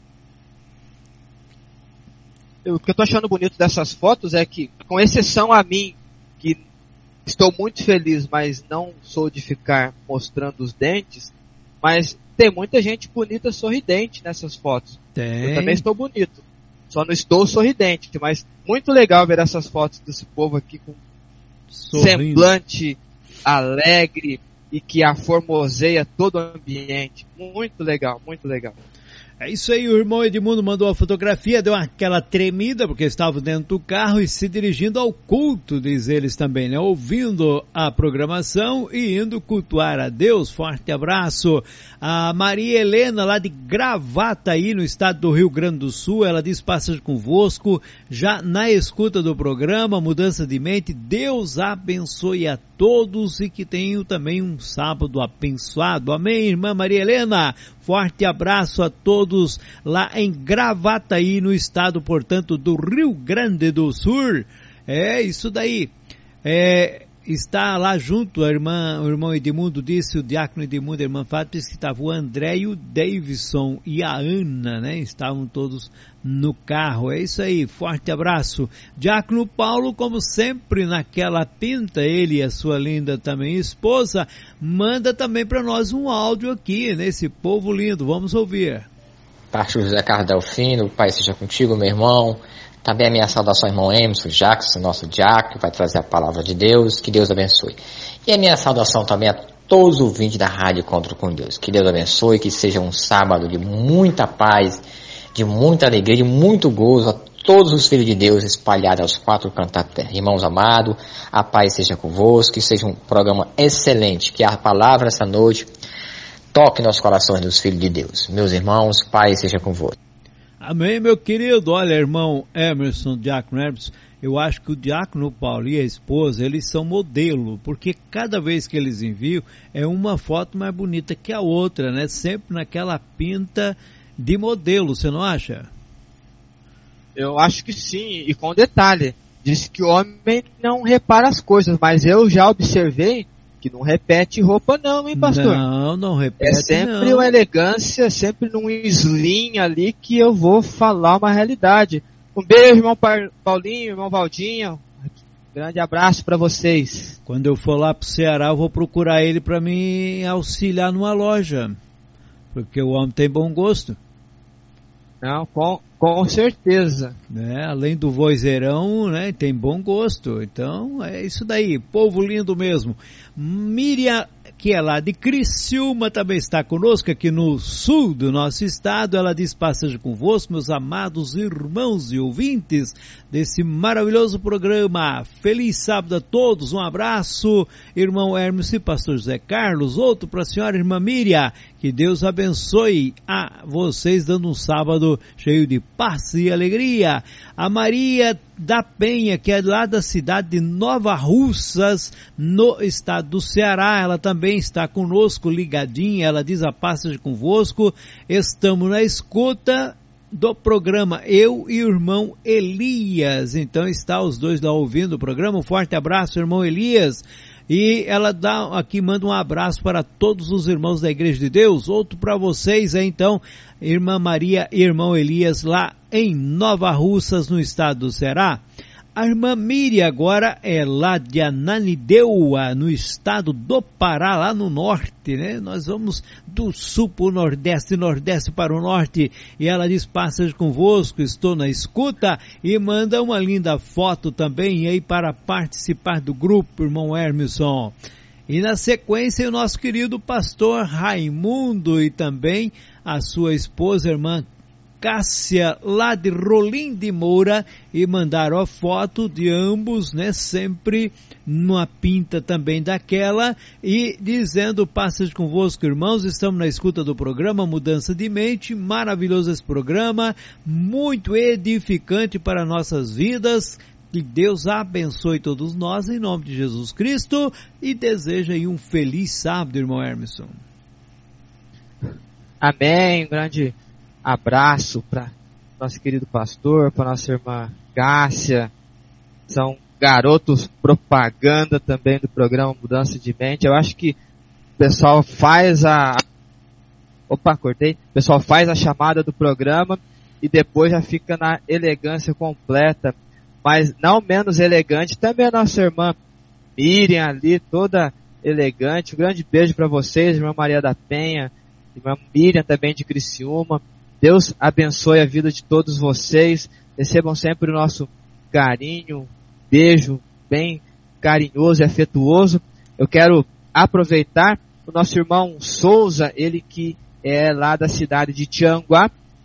Speaker 4: O que eu estou achando bonito dessas fotos é que, com exceção a mim, que estou muito feliz, mas não sou de ficar mostrando os dentes, mas tem muita gente bonita sorridente nessas fotos.
Speaker 3: Tem.
Speaker 4: Eu também estou bonito, só não estou sorridente, mas muito legal ver essas fotos desse povo aqui com sorrindo, semblante alegre, e que aformoseia todo o ambiente. Muito legal, muito legal.
Speaker 3: É isso aí, o irmão Edmundo mandou a fotografia, deu aquela tremida, porque estava dentro do carro e se dirigindo ao culto, diz eles também, né? Ouvindo a programação e indo cultuar a Deus. Forte abraço. A Maria Helena, lá de Gravataí, no estado do Rio Grande do Sul, ela diz: passa convosco, já na escuta do programa, mudança de mente. Deus abençoe a todos e que tenham também um sábado abençoado. Amém, irmã Maria Helena? Forte abraço a todos lá em Gravataí, no estado, portanto, do Rio Grande do Sul. É isso daí. É, está lá junto, a irmã, o irmão Edmundo disse, o diácono Edmundo, a irmã Fátima, disse que estava o André e o Davidson e a Ana, né? Estavam todos no carro. É isso aí, forte abraço. Diácono Paulo, como sempre, naquela pinta, ele e a sua linda também esposa, manda também para nós um áudio aqui, nesse povo lindo. Vamos ouvir.
Speaker 8: Pastor José Carlos Delfino, o Pai seja contigo, meu irmão. Também a minha saudação ao irmão Emerson Jackson, nosso diácono, que vai trazer a palavra de Deus. Que Deus abençoe. E a minha saudação também a todos os ouvintes da Rádio Encontro com Deus. Que Deus abençoe, que seja um sábado de muita paz, de muita alegria, de muito gozo a todos os filhos de Deus espalhados aos quatro cantos da terra. Irmãos amados, a paz seja convosco, que seja um programa excelente, que a palavra essa noite toque nos corações dos filhos de Deus. Meus irmãos, paz seja convosco.
Speaker 3: Amém, meu querido. Olha, irmão Emerson, diácono Emerson, eu acho que o diácono Paulo e a esposa, eles são modelo, porque cada vez que eles enviam, é uma foto mais bonita que a outra, né? Sempre naquela pinta de modelo, você não acha?
Speaker 4: Eu acho que sim, e com detalhe, diz que o homem não repara as coisas, mas eu já observei que não repete roupa não, hein, pastor?
Speaker 3: Não, não repete,
Speaker 4: é sempre
Speaker 3: não.
Speaker 4: uma elegância, sempre num slim ali que eu vou falar uma realidade. Um beijo, irmão Paulinho, irmão Valdinho. Grande abraço para vocês.
Speaker 3: Quando eu for lá pro Ceará, eu vou procurar ele para me auxiliar numa loja, porque o homem tem bom gosto.
Speaker 4: Não, com, com certeza.
Speaker 3: Né? Além do vozeirão, né, tem bom gosto. Então, é isso daí. Povo lindo mesmo. Miriam, que é lá de Criciúma, também está conosco aqui no sul do nosso estado. Ela diz: passeja convosco, meus amados irmãos e ouvintes desse maravilhoso programa. Feliz sábado a todos. Um abraço, irmão Hermes e pastor José Carlos. Outro para a senhora, irmã Miriam. Que Deus abençoe a vocês, dando um sábado cheio de paz e alegria. A Maria da Penha, que é lá da cidade de Nova Russas, no estado do Ceará, ela também está conosco, ligadinha. Ela diz: a paz seja convosco. Estamos na escuta do programa, eu e o irmão Elias. Então está os dois lá ouvindo o programa. Um forte abraço, irmão Elias. E ela dá aqui, manda um abraço para todos os irmãos da Igreja de Deus. Outro para vocês, é, então, irmã Maria e irmão Elias, lá em Nova Russas, no estado do Ceará. A irmã Miriam agora é lá de Ananindeua, no estado do Pará, lá no norte, né? Nós vamos do sul para o nordeste, nordeste para o norte. E ela diz: passas convosco, estou na escuta. E manda uma linda foto também aí para participar do grupo, irmão Hermeson. E na sequência, o nosso querido pastor Raimundo e também a sua esposa, irmã Cássia, lá de Rolim de Moura, e mandaram a foto de ambos, né, sempre numa pinta também daquela, e dizendo: passas convosco, irmãos, estamos na escuta do programa Mudança de Mente. Maravilhoso esse programa, muito edificante para nossas vidas. Que Deus abençoe todos nós, em nome de Jesus Cristo, e deseja aí um feliz sábado, irmão Hermeson.
Speaker 4: Amém. Grande abraço para nosso querido pastor, para nossa irmã Cássia. São garotos propaganda também do programa Mudança de Mente. Eu acho que o pessoal faz a... Opa, cortei. O pessoal faz a chamada do programa e depois já fica na elegância completa. Mas não menos elegante também a nossa irmã Miriam ali, toda elegante. Um grande beijo para vocês, irmã Maria da Penha, irmã Miriam também de Criciúma. Deus abençoe a vida de todos vocês. Recebam sempre o nosso carinho, beijo bem carinhoso e afetuoso. Eu quero aproveitar o nosso irmão Souza, ele que é lá da cidade de Tianguá,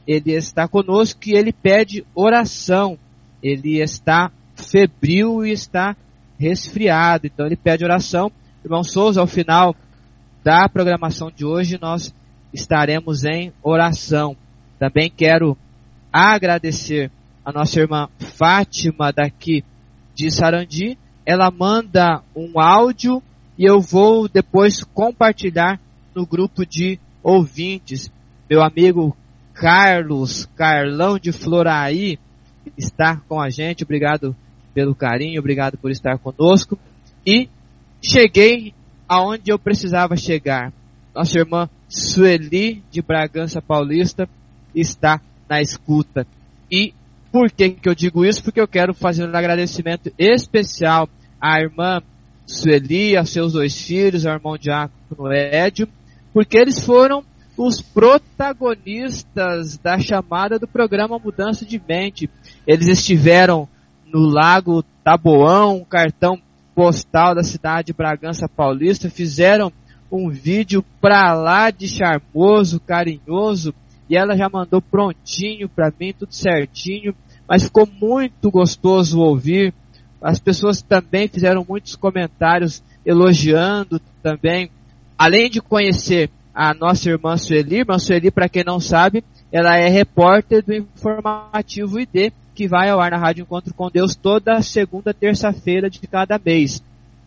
Speaker 4: ele está conosco e ele pede oração. Ele está febril e está resfriado, então ele pede oração. Irmão Souza, ao final da programação de hoje, nós estaremos em oração. Também quero agradecer a nossa irmã Fátima, daqui de Sarandi. Ela manda um áudio e eu vou depois compartilhar no grupo de ouvintes. Meu amigo Carlos, Carlão de Floraí, está com a gente. Obrigado pelo carinho, obrigado por estar conosco. E cheguei aonde eu precisava chegar. Nossa irmã Sueli, de Bragança Paulista, está na escuta. E por que que eu digo isso? Porque eu quero fazer um agradecimento especial à irmã Sueli, aos seus dois filhos, ao irmão Diácono Édio, porque eles foram os protagonistas da chamada do programa Mudança de Mente. Eles estiveram no Lago Taboão, um cartão postal da cidade de Bragança Paulista, fizeram um vídeo pra lá de charmoso, carinhoso, e ela já mandou prontinho pra mim, tudo certinho, mas ficou muito gostoso ouvir. As pessoas também fizeram muitos comentários elogiando também, além de conhecer a nossa irmã Sueli. Irmã Sueli, para quem não sabe, ela é repórter do Informativo I D, que vai ao ar na Rádio Encontro com Deus toda segunda, terça-feira de cada mês.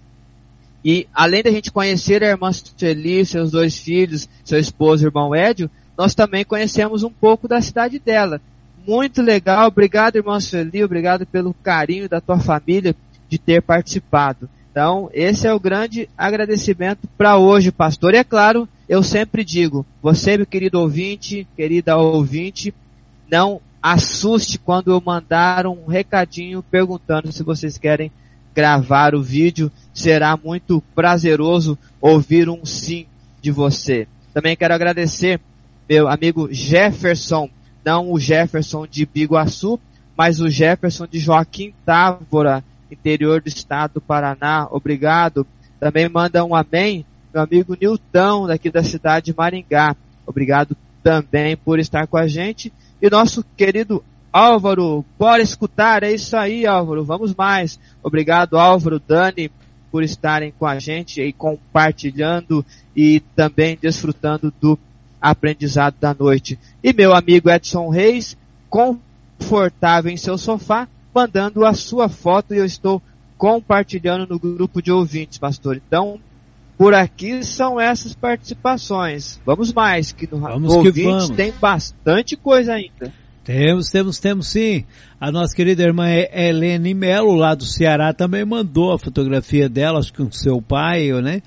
Speaker 4: E além da gente conhecer a irmã Sueli, seus dois filhos, seu esposo, irmão Édio, nós também conhecemos um pouco da cidade dela. Muito legal, obrigado irmã Sueli, obrigado pelo carinho da tua família de ter participado. Então, esse é o grande agradecimento para hoje, pastor. E é claro, eu sempre digo, você, meu querido ouvinte, querida ouvinte, não assuste quando eu mandar um recadinho perguntando se vocês querem gravar o vídeo. Será muito prazeroso ouvir um sim de você. Também quero agradecer meu amigo Jefferson, não o Jefferson de Biguaçu, mas o Jefferson de Joaquim Távora, interior do estado do Paraná. Obrigado. Também manda um amém meu amigo Nilton, daqui da cidade de Maringá. Obrigado também por estar com a gente. E nosso querido Álvaro, bora escutar, é isso aí, Álvaro, vamos mais. Obrigado, Álvaro, Dani, por estarem com a gente e compartilhando e também desfrutando do aprendizado da noite. E meu amigo Edson Reis, confortável em seu sofá, mandando a sua foto e eu estou compartilhando no grupo de ouvintes, pastor. Então, por aqui são essas participações. Vamos mais, que no
Speaker 3: vamos
Speaker 4: ouvintes
Speaker 3: que vamos.
Speaker 4: Tem bastante coisa ainda.
Speaker 3: Temos, temos, temos sim. A nossa querida irmã Helene Melo, lá do Ceará, também mandou a fotografia dela, acho que com seu pai, né?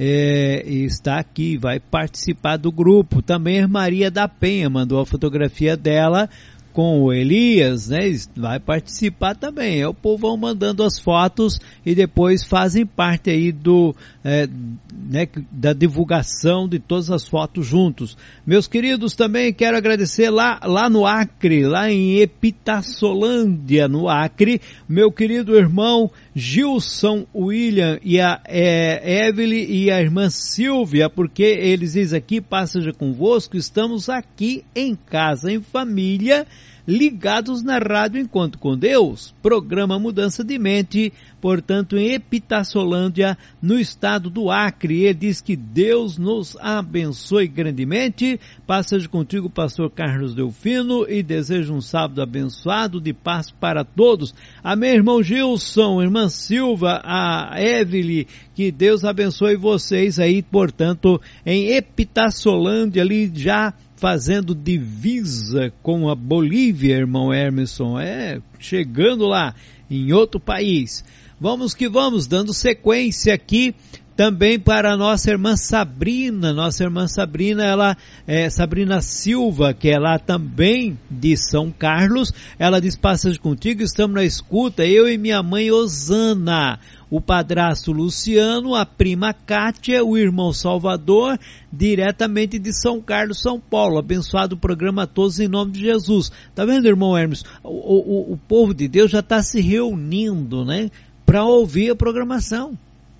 Speaker 3: É, e está aqui, vai participar do grupo. Também a Maria da Penha mandou a fotografia dela com o Elias, né? Vai participar também. É o povão mandando as fotos e depois fazem parte aí do, é, né, da divulgação de todas as fotos juntos. Meus queridos, também quero agradecer lá, lá no Acre, lá em Epitassolândia, no Acre, meu querido irmão Gilson William e a é, Evelyn e a irmã Silvia, porque eles dizem aqui, paz seja convosco, estamos aqui em casa, em família, ligados na Rádio Encontro com Deus, programa Mudança de Mente, portanto em Epitassolândia, no estado do Acre. Ele diz que Deus nos abençoe grandemente. Paz seja contigo, pastor Carlos Delfino, e desejo um sábado abençoado de paz para todos. Amém, irmão Gilson, irmã Silva, a Evelyn, que Deus abençoe vocês aí, portanto, em Epitassolândia, ali já fazendo divisa com a Bolívia, irmão Emerson, é, chegando lá em outro país. Vamos que vamos, dando sequência aqui também para a nossa irmã Sabrina, nossa irmã Sabrina, ela é Sabrina Silva, que é lá também de São Carlos. Ela diz, paz contigo, estamos na escuta, eu e minha mãe Osana, o padrasto Luciano, a prima Kátia, o irmão Salvador, diretamente de São Carlos, São Paulo. Abençoado o programa a todos em nome de Jesus. Tá vendo, irmão Hermes? O, o, o povo de Deus já está se reunindo, né, para ouvir a programação.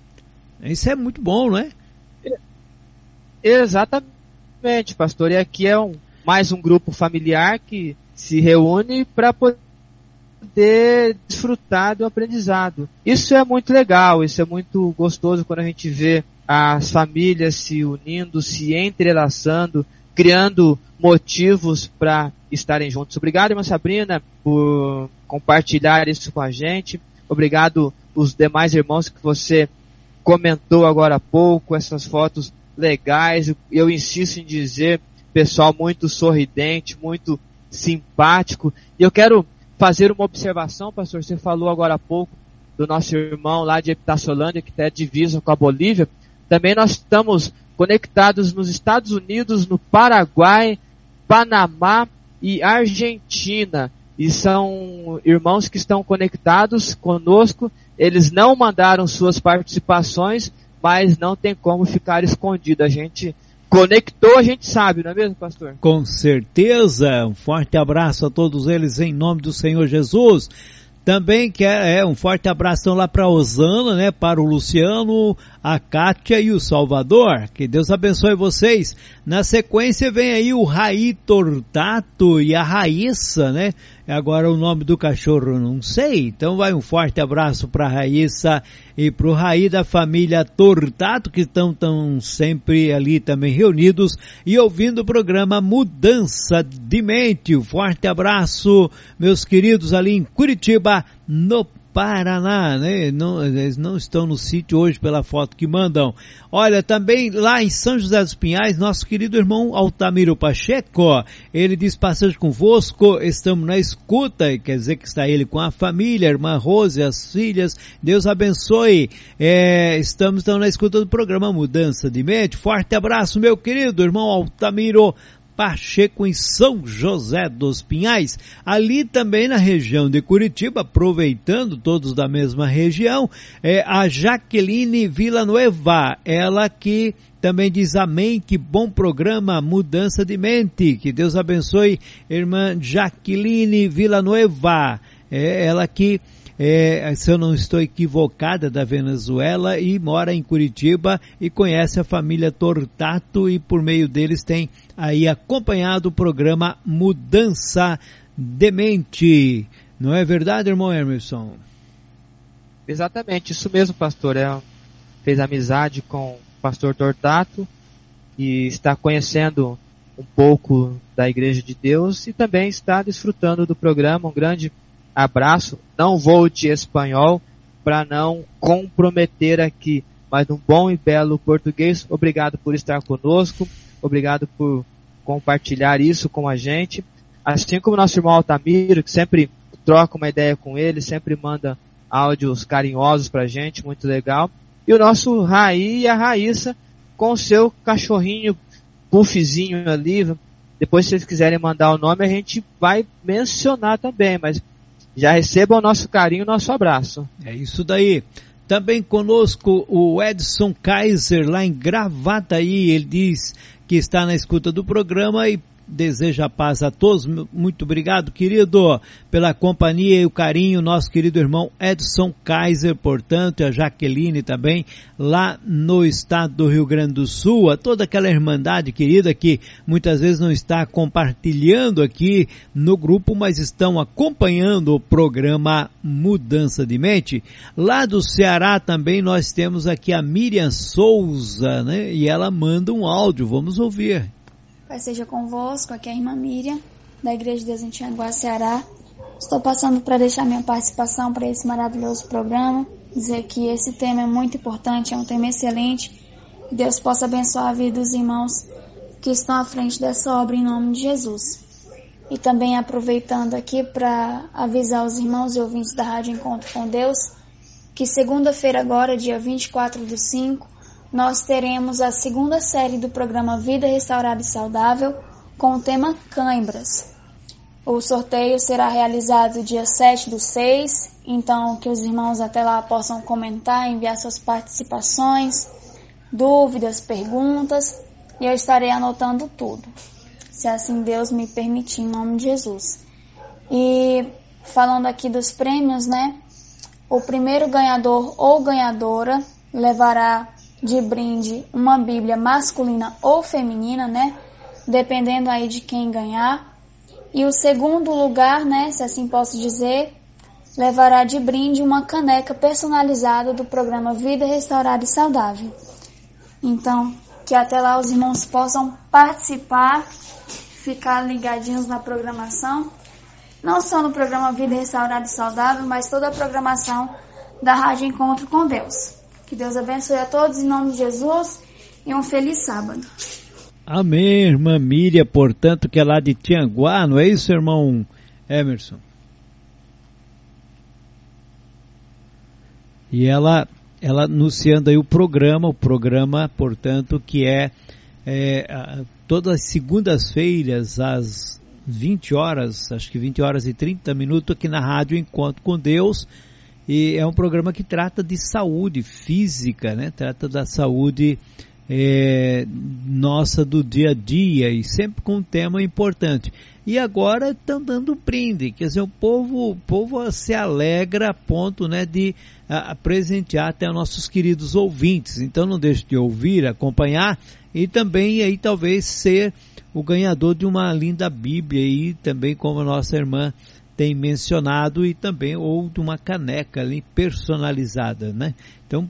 Speaker 3: Isso é muito bom, não é?
Speaker 4: Exatamente, pastor. E aqui é um, mais um grupo familiar que se reúne para poder desfrutar do aprendizado. Isso é muito legal, isso é muito gostoso quando a gente vê as famílias se unindo, se entrelaçando, criando motivos para estarem juntos. Obrigado, irmã Sabrina, por compartilhar isso com a gente. Obrigado os demais irmãos que você comentou agora há pouco, essas fotos legais. Eu insisto em dizer, pessoal muito sorridente, muito simpático. E eu quero fazer uma observação, pastor. Você falou agora há pouco do nosso irmão lá de Epitaciolândia, que é divisa com a Bolívia. Também nós estamos conectados nos Estados Unidos, no Paraguai, Panamá e Argentina. E são irmãos que estão conectados conosco. Eles não mandaram suas participações, mas não tem como ficar escondido. A gente conectou, a gente sabe, não é mesmo, pastor?
Speaker 3: Com certeza. Um forte abraço a todos eles em nome do Senhor Jesus. Também quer é, um forte abração lá para a Osana, né, para o Luciano, a Kátia e o Salvador. Que Deus abençoe vocês. Na sequência vem aí o Raí Tortato e a Raíssa, né? Agora o nome do cachorro eu não sei. Então vai um forte abraço para a Raíssa e para o Raí da família Tortato, que estão tão sempre ali também reunidos e ouvindo o programa Mudança de Mente. Um forte abraço, meus queridos ali em Curitiba, no Paraná, né? Não, eles não estão no sítio hoje pela foto que mandam. Olha, também lá em São José dos Pinhais, nosso querido irmão Altamiro Pacheco, ele diz: passagem convosco, estamos na escuta, e quer dizer que está ele com a família, a irmã Rose, as filhas, Deus abençoe. É, estamos então na escuta do programa Mudança de Mente. Forte abraço, meu querido irmão Altamiro Pacheco, em São José dos Pinhais. Ali também na região de Curitiba, aproveitando todos da mesma região, é a Jaqueline Villanueva, ela que também diz amém, que bom programa Mudança de Mente, que Deus abençoe, irmã Jaqueline Villanueva, é ela que É, se eu não estou equivocada, da Venezuela e mora em Curitiba e conhece a família Tortato e por meio deles tem aí acompanhado o programa Mudança de Mente. Não é verdade, irmão Emerson?
Speaker 4: Exatamente, isso mesmo, pastor. É, fez amizade com o pastor Tortato e está conhecendo um pouco da Igreja de Deus e também está desfrutando do programa. Um grande abraço. Não vou de espanhol para não comprometer aqui, mas um bom e belo português. Obrigado por estar conosco, obrigado por compartilhar isso com a gente. Assim como nosso irmão Altamiro, que sempre troca uma ideia com ele, sempre manda áudios carinhosos pra gente, muito legal. E o nosso Raí e a Raíssa com o seu cachorrinho puffzinho ali. Depois, se vocês quiserem mandar o nome, a gente vai mencionar também, mas já recebam o nosso carinho, o nosso abraço.
Speaker 3: É isso daí. Também conosco o Edson Kaiser, lá em Gravataí. Ele diz que está na escuta do programa e deseja paz a todos. Muito obrigado, querido, pela companhia e o carinho. Nosso querido irmão Edson Kaiser, portanto, e a Jaqueline também, lá no estado do Rio Grande do Sul. A toda aquela irmandade querida que muitas vezes não está compartilhando aqui no grupo, mas estão acompanhando o programa Mudança de Mente. Lá do Ceará também nós temos aqui a Miriam Souza, né? E ela manda um áudio, vamos ouvir.
Speaker 9: Pai seja convosco, aqui é a irmã Miriam, da Igreja de Deus em Tianguá, Ceará. Estou passando para deixar minha participação para esse maravilhoso programa, dizer que esse tema é muito importante, é um tema excelente. Que Deus possa abençoar a vida dos irmãos que estão à frente dessa obra em nome de Jesus. E também aproveitando aqui para avisar os irmãos e ouvintes da Rádio Encontro com Deus, que segunda-feira agora, dia vinte e quatro do cinco, nós teremos a segunda série do programa Vida Restaurada e Saudável com o tema Cãibras. O sorteio será realizado dia sete do seis, então que os irmãos até lá possam comentar, enviar suas participações, dúvidas, perguntas, e eu estarei anotando tudo, se assim Deus me permitir, em nome de Jesus. E falando aqui dos prêmios, né? O primeiro ganhador ou ganhadora levará de brinde uma Bíblia masculina ou feminina, né? dependendo aí de quem ganhar. E o segundo lugar, né, se assim posso dizer, levará de brinde uma caneca personalizada do programa Vida Restaurada e Saudável. Então, que até lá os irmãos possam participar, ficar ligadinhos na programação, não só no programa Vida Restaurada e Saudável, mas toda a programação da Rádio Encontro com Deus. Que Deus abençoe a todos em nome de Jesus e um feliz sábado.
Speaker 3: Amém, irmã Miriam, portanto, que é lá de Tianguá, não é isso, irmão Emerson? E ela, ela anunciando aí o programa, o programa, portanto, que é, é todas as segundas-feiras, às vinte horas, acho que vinte horas e trinta minutos, aqui na Rádio Encontro com Deus. E é um programa que trata de saúde física, né? Trata da saúde é, nossa do dia a dia e sempre com um tema importante. E agora estão dando brinde, quer dizer, o povo, o povo se alegra a ponto, né, de a, a presentear até nossos queridos ouvintes. Então não deixe de ouvir, acompanhar e também aí talvez ser o ganhador de uma linda Bíblia e também como a nossa irmã tem mencionado, e também ou de uma caneca ali personalizada, né? Então,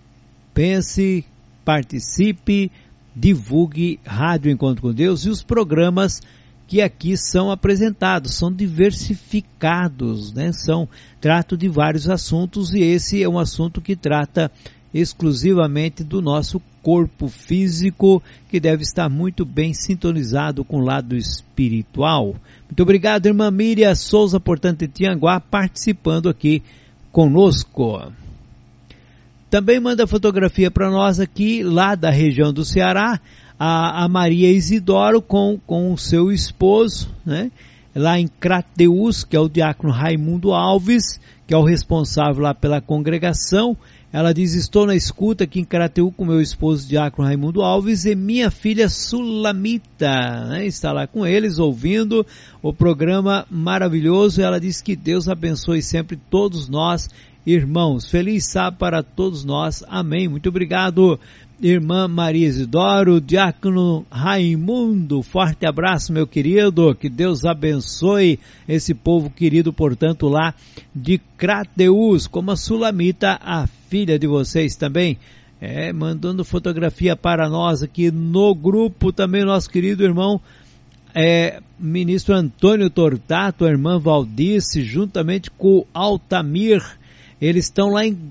Speaker 3: pense, participe, divulgue Rádio Encontro com Deus e os programas que aqui são apresentados, são diversificados, né? São, tratam de vários assuntos e esse é um assunto que trata exclusivamente do nosso corpo físico, que deve estar muito bem sintonizado com o lado espiritual. Muito obrigado, irmã Miriam Souza, portanto, de Tianguá, participando aqui conosco. Também manda fotografia para nós aqui, lá da região do Ceará, a, a Maria Isidoro com, com o seu esposo, né? Lá em Crateús, que é o diácono Raimundo Alves, que é o responsável lá pela congregação. Ela diz, estou na escuta aqui em Crateús com meu esposo diácono Raimundo Alves e minha filha Sulamita, né? Está lá com eles ouvindo o programa maravilhoso. Ela diz que Deus abençoe sempre todos nós, irmãos. Feliz sábado para todos nós. Amém. Muito obrigado, irmã Maria Isidoro, diácono Raimundo. Forte abraço, meu querido. Que Deus abençoe esse povo querido, portanto, lá de Crateús, como a Sulamita, a filha de vocês também, é, mandando fotografia para nós aqui no grupo, também nosso querido irmão é, ministro Antônio Tortato, a irmã Valdice, juntamente com o Altamir. Eles estão lá em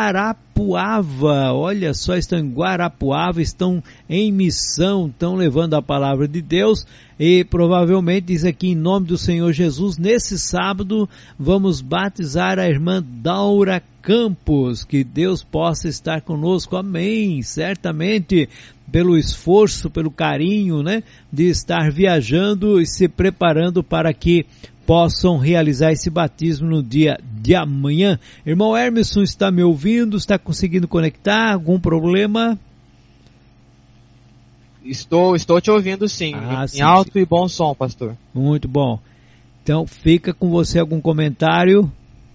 Speaker 3: Guarapuava, olha só, estão em Guarapuava, estão em missão, estão levando a palavra de Deus e provavelmente diz aqui em nome do Senhor Jesus, nesse sábado vamos batizar a irmã Daura Campos, que Deus possa estar conosco, amém, certamente pelo esforço, pelo carinho, né, de estar viajando e se preparando para que possam realizar esse batismo no dia de amanhã. Irmão Hermeson, está me ouvindo? Está conseguindo conectar? Algum problema?
Speaker 4: Estou, estou te ouvindo sim,
Speaker 3: ah,
Speaker 4: em
Speaker 3: sim,
Speaker 4: alto
Speaker 3: sim.
Speaker 4: E bom som, pastor.
Speaker 3: Muito bom. Então, fica com você algum comentário?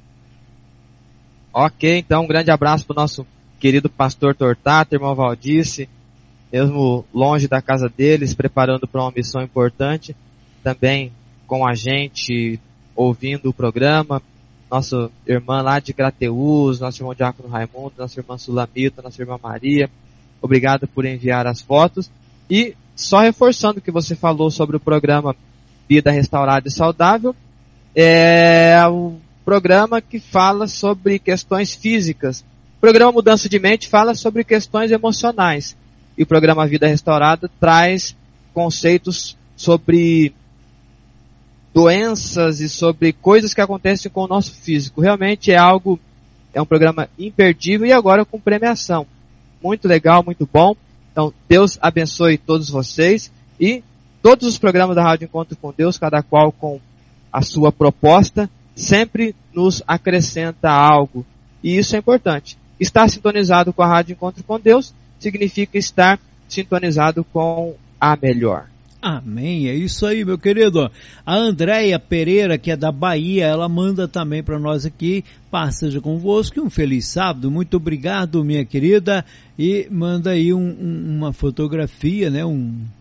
Speaker 4: Ok, então um grande abraço para o nosso querido pastor Tortato, irmão Valdice, mesmo longe da casa deles, preparando para uma missão importante, também com a gente, ouvindo o programa, nossa irmã lá de Crateús, nosso irmão diácono Raimundo, nossa irmã Sulamita, nossa irmã Maria, obrigado por enviar as fotos. E só reforçando o que você falou sobre o programa Vida Restaurada e Saudável, é o programa que fala sobre questões físicas. O programa Mudança de Mente fala sobre questões emocionais. E o programa Vida Restaurada traz conceitos sobre doenças e sobre coisas que acontecem com o nosso físico. Realmente é algo, é um programa imperdível e agora com premiação. Muito legal, muito bom. Então, Deus abençoe todos vocês e todos os programas da Rádio Encontro com Deus, cada qual com a sua proposta, sempre nos acrescenta algo. E isso é importante. Estar sintonizado com a Rádio Encontro com Deus significa estar sintonizado com a melhor.
Speaker 3: Amém, é isso aí, meu querido. A Andréia Pereira, que é da Bahia, ela manda também para nós aqui, paz seja convosco, um feliz sábado, muito obrigado, minha querida, e manda aí um, um, uma fotografia, né, um,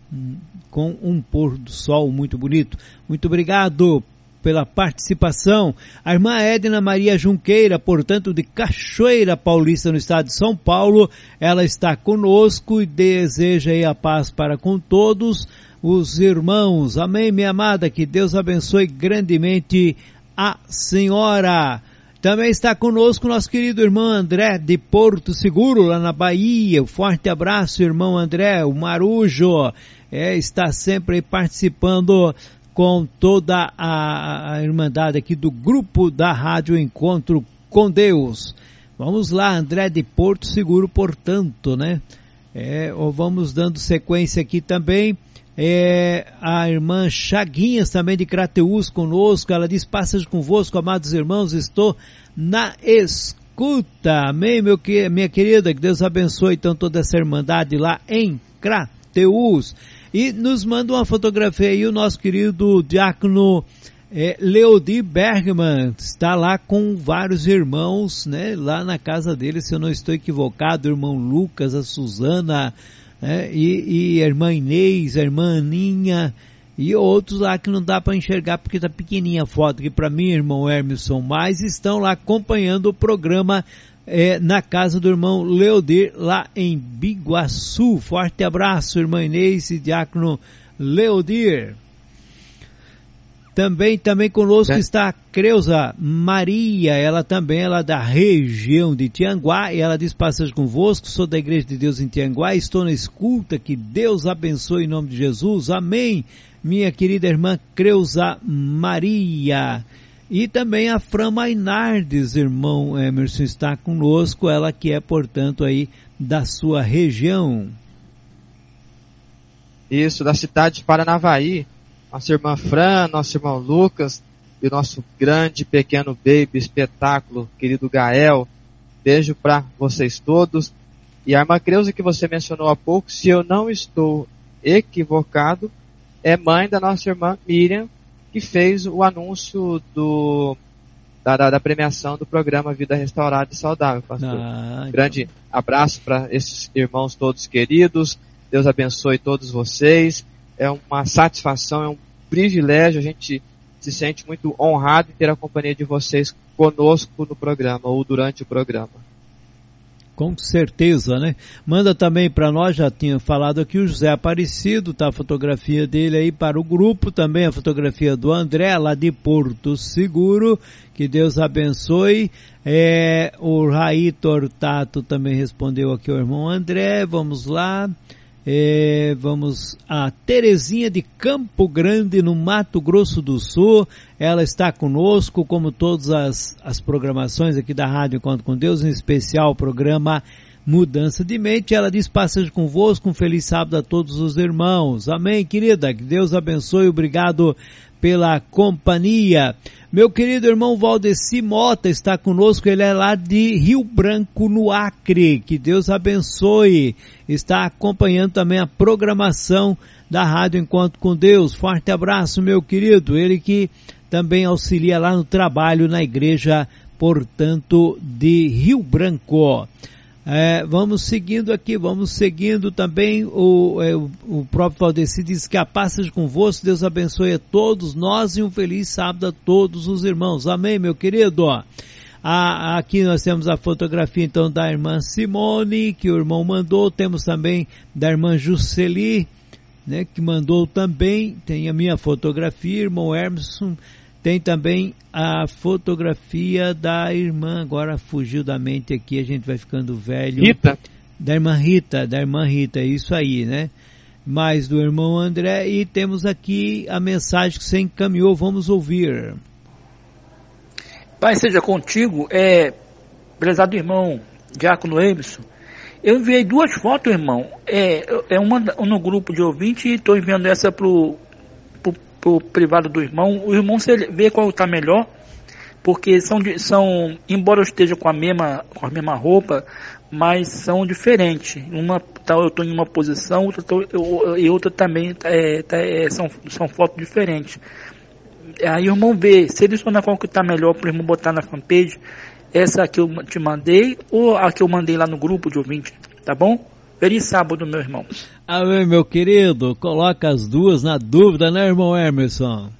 Speaker 3: com um pôr do sol muito bonito. Muito obrigado pela participação. A irmã Edna Maria Junqueira, portanto, de Cachoeira Paulista, no estado de São Paulo, ela está conosco e deseja aí a paz para com todos os irmãos. Amém, minha amada, que Deus abençoe grandemente a senhora. Também está conosco nosso querido irmão André de Porto Seguro, lá na Bahia. Um forte abraço, irmão André, o Marujo, é, está sempre participando com toda a, a irmandade aqui do grupo da Rádio Encontro com Deus. Vamos lá, André de Porto Seguro, portanto, né? É, vamos dando sequência aqui também. É, a irmã Chaguinhas, também de Crateús, conosco. Ela diz: passagem convosco, amados irmãos, estou na escuta. Amém, meu, minha querida, que Deus abençoe então toda essa irmandade lá em Crateús. E nos manda uma fotografia aí o nosso querido diácono é, Leodir Bergman, está lá com vários irmãos, né, lá na casa dele, se eu não estou equivocado, o irmão Lucas, a Suzana, É, e, e a irmã Inês, a irmã Aninha e outros lá que não dá para enxergar porque está pequenininha a foto aqui para mim, irmão Hermisson, mas estão lá acompanhando o programa é, na casa do irmão Leodir, lá em Biguaçu. Forte abraço, irmã Inês e diácono Leodir. Também, também conosco é. está a Creuza Maria, ela também ela é da região de Tianguá, e ela diz: passagem convosco, sou da Igreja de Deus em Tianguá, estou na escuta, que Deus abençoe em nome de Jesus, amém, minha querida irmã Creuza Maria. E também a Fran Mainardes, irmão Emerson, está conosco, ela que é, portanto, aí da sua região.
Speaker 4: Isso, da cidade de Paranavaí. Nossa irmã Fran, nosso irmão Lucas e o nosso grande pequeno baby espetáculo, querido Gael. Beijo para vocês todos. E a irmã Creuza, que você mencionou há pouco, se eu não estou equivocado, é mãe da nossa irmã Miriam, que fez o anúncio do, da, da, da premiação do programa Vida Restaurada e Saudável, pastor. Ah, então. Grande abraço para esses irmãos todos queridos. Deus abençoe todos vocês. É uma satisfação, é um privilégio, a gente se sente muito honrado em ter a companhia de vocês conosco no programa, ou durante o programa.
Speaker 3: Com certeza, né? Manda também para nós, já tinha falado aqui, o José Aparecido, tá a fotografia dele aí para o grupo, também a fotografia do André, lá de Porto Seguro, que Deus abençoe. É, o Raí Tortato também respondeu aqui ao irmão André, vamos lá. É, vamos a Terezinha de Campo Grande, no Mato Grosso do Sul, ela está conosco, como todas as, as programações aqui da Rádio Encontro com Deus, em especial o programa Mudança de Mente. Ela diz: passagem convosco, um feliz sábado a todos os irmãos. Amém, querida, que Deus abençoe, obrigado pela companhia. Meu querido irmão Valdeci Mota está conosco, ele é lá de Rio Branco, no Acre, que Deus abençoe, está acompanhando também a programação da Rádio Encontro com Deus. Forte abraço, meu querido, ele que também auxilia lá no trabalho na igreja, portanto, de Rio Branco. É, vamos seguindo aqui, vamos seguindo também, o, é, o próprio Valdeci diz que a paz seja convosco, Deus abençoe a todos nós e um feliz sábado a todos os irmãos. Amém, meu querido. Ah, aqui nós temos a fotografia então da irmã Simone, que o irmão mandou, temos também da irmã Jusceli, né, que mandou também, tem a minha fotografia, irmão Emerson. Tem também a fotografia da irmã, agora fugiu da mente aqui, a gente vai ficando velho.
Speaker 4: Rita.
Speaker 3: Da irmã Rita, da irmã Rita, isso aí, né? Mais do irmão André, e temos aqui a mensagem que você encaminhou, vamos ouvir.
Speaker 10: Pai seja contigo, é, prezado irmão Diácono Emerson, eu enviei duas fotos, irmão, é, é uma no grupo de ouvinte e estou enviando essa pro... pro privado do irmão, o irmão vê qual está melhor, porque são, são, embora eu esteja com a mesma, com a mesma roupa, mas são diferentes. Uma, tá, eu estou em uma posição, outra tô, eu, e outra também é, tá, é, são, são fotos diferentes. Aí o irmão vê, seleciona qual que está melhor para o irmão botar na fanpage, essa que eu te mandei ou a que eu mandei lá no grupo de ouvinte, tá bom? Feliz sábado, meu irmão.
Speaker 3: Amém, meu querido. Coloca as duas na dúvida, né, irmão Emerson?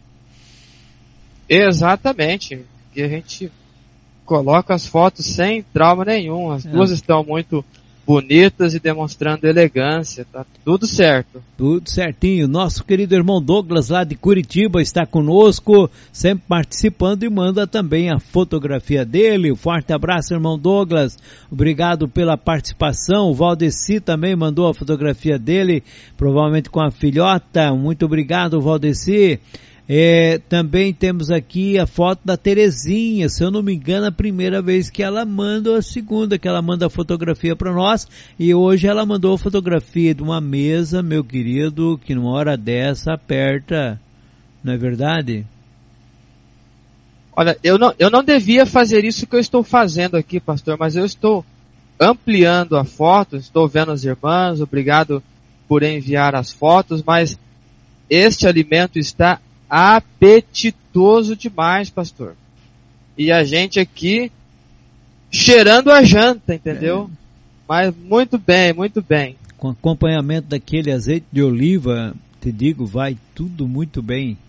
Speaker 4: Exatamente. Que a gente coloca as fotos sem trauma nenhum. As é. duas estão muito bonitas e demonstrando elegância. Tá tudo certo.
Speaker 3: Tudo certinho. Nosso querido irmão Douglas, lá de Curitiba, está conosco, sempre participando e manda também a fotografia dele. Forte abraço, irmão Douglas. Obrigado pela participação. O Valdeci também mandou a fotografia dele, provavelmente com a filhota. Muito obrigado, Valdeci. É, também temos aqui a foto da Terezinha, se eu não me engano, a primeira vez que ela manda, ou a segunda que ela manda a fotografia para nós, e hoje ela mandou a fotografia de uma mesa, meu querido, que numa hora dessa aperta, não é verdade?
Speaker 4: Olha, eu não, eu não devia fazer isso que eu estou fazendo aqui, pastor, mas eu estou ampliando a foto, estou vendo as irmãs, obrigado por enviar as fotos, mas este alimento está apetitoso demais, pastor. E a gente aqui cheirando a janta, entendeu? É. Mas muito bem, muito bem.
Speaker 3: Com acompanhamento daquele azeite de oliva, te digo, vai tudo muito bem.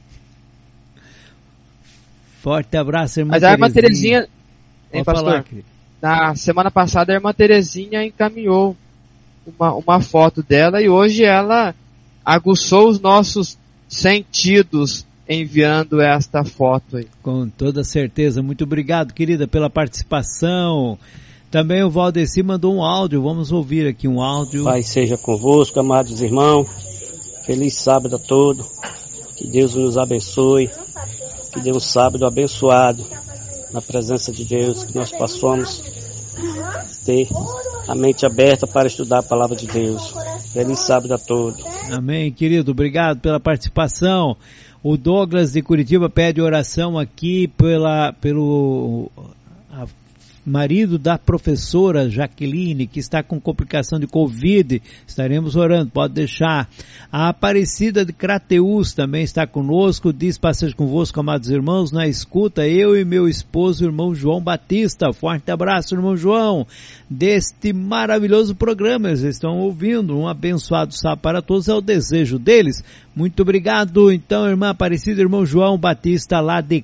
Speaker 3: Forte abraço, irmã
Speaker 4: Mas
Speaker 3: Terezinha.
Speaker 4: a irmã Terezinha, hein, pastor?
Speaker 3: Falar,
Speaker 4: na semana passada a irmã Terezinha encaminhou uma, uma foto dela e hoje ela aguçou os nossos sentidos enviando esta foto aí.
Speaker 3: Com toda certeza. Muito obrigado, querida, pela participação. Também o Valdeci mandou um áudio. Vamos ouvir aqui um áudio.
Speaker 11: Pai seja convosco, amados irmãos. Feliz sábado a todos. Que Deus nos abençoe. Que dê um sábado abençoado na presença de Deus. Que nós possamos ter a mente aberta para estudar a palavra de Deus. Feliz sábado a todos.
Speaker 3: Amém, querido. Obrigado pela participação. O Douglas de Curitiba pede oração aqui pela, pelo a, marido da professora Jaqueline, que está com complicação de Covid. Estaremos orando, pode deixar. A Aparecida de Crateús também está conosco, diz: passeio convosco, amados irmãos, na escuta, eu e meu esposo, irmão João Batista. Forte abraço, irmão João, deste maravilhoso programa. Eles estão ouvindo. Um abençoado sábado para todos, é o desejo deles. Muito obrigado, então, irmã Aparecida, irmão João Batista, lá de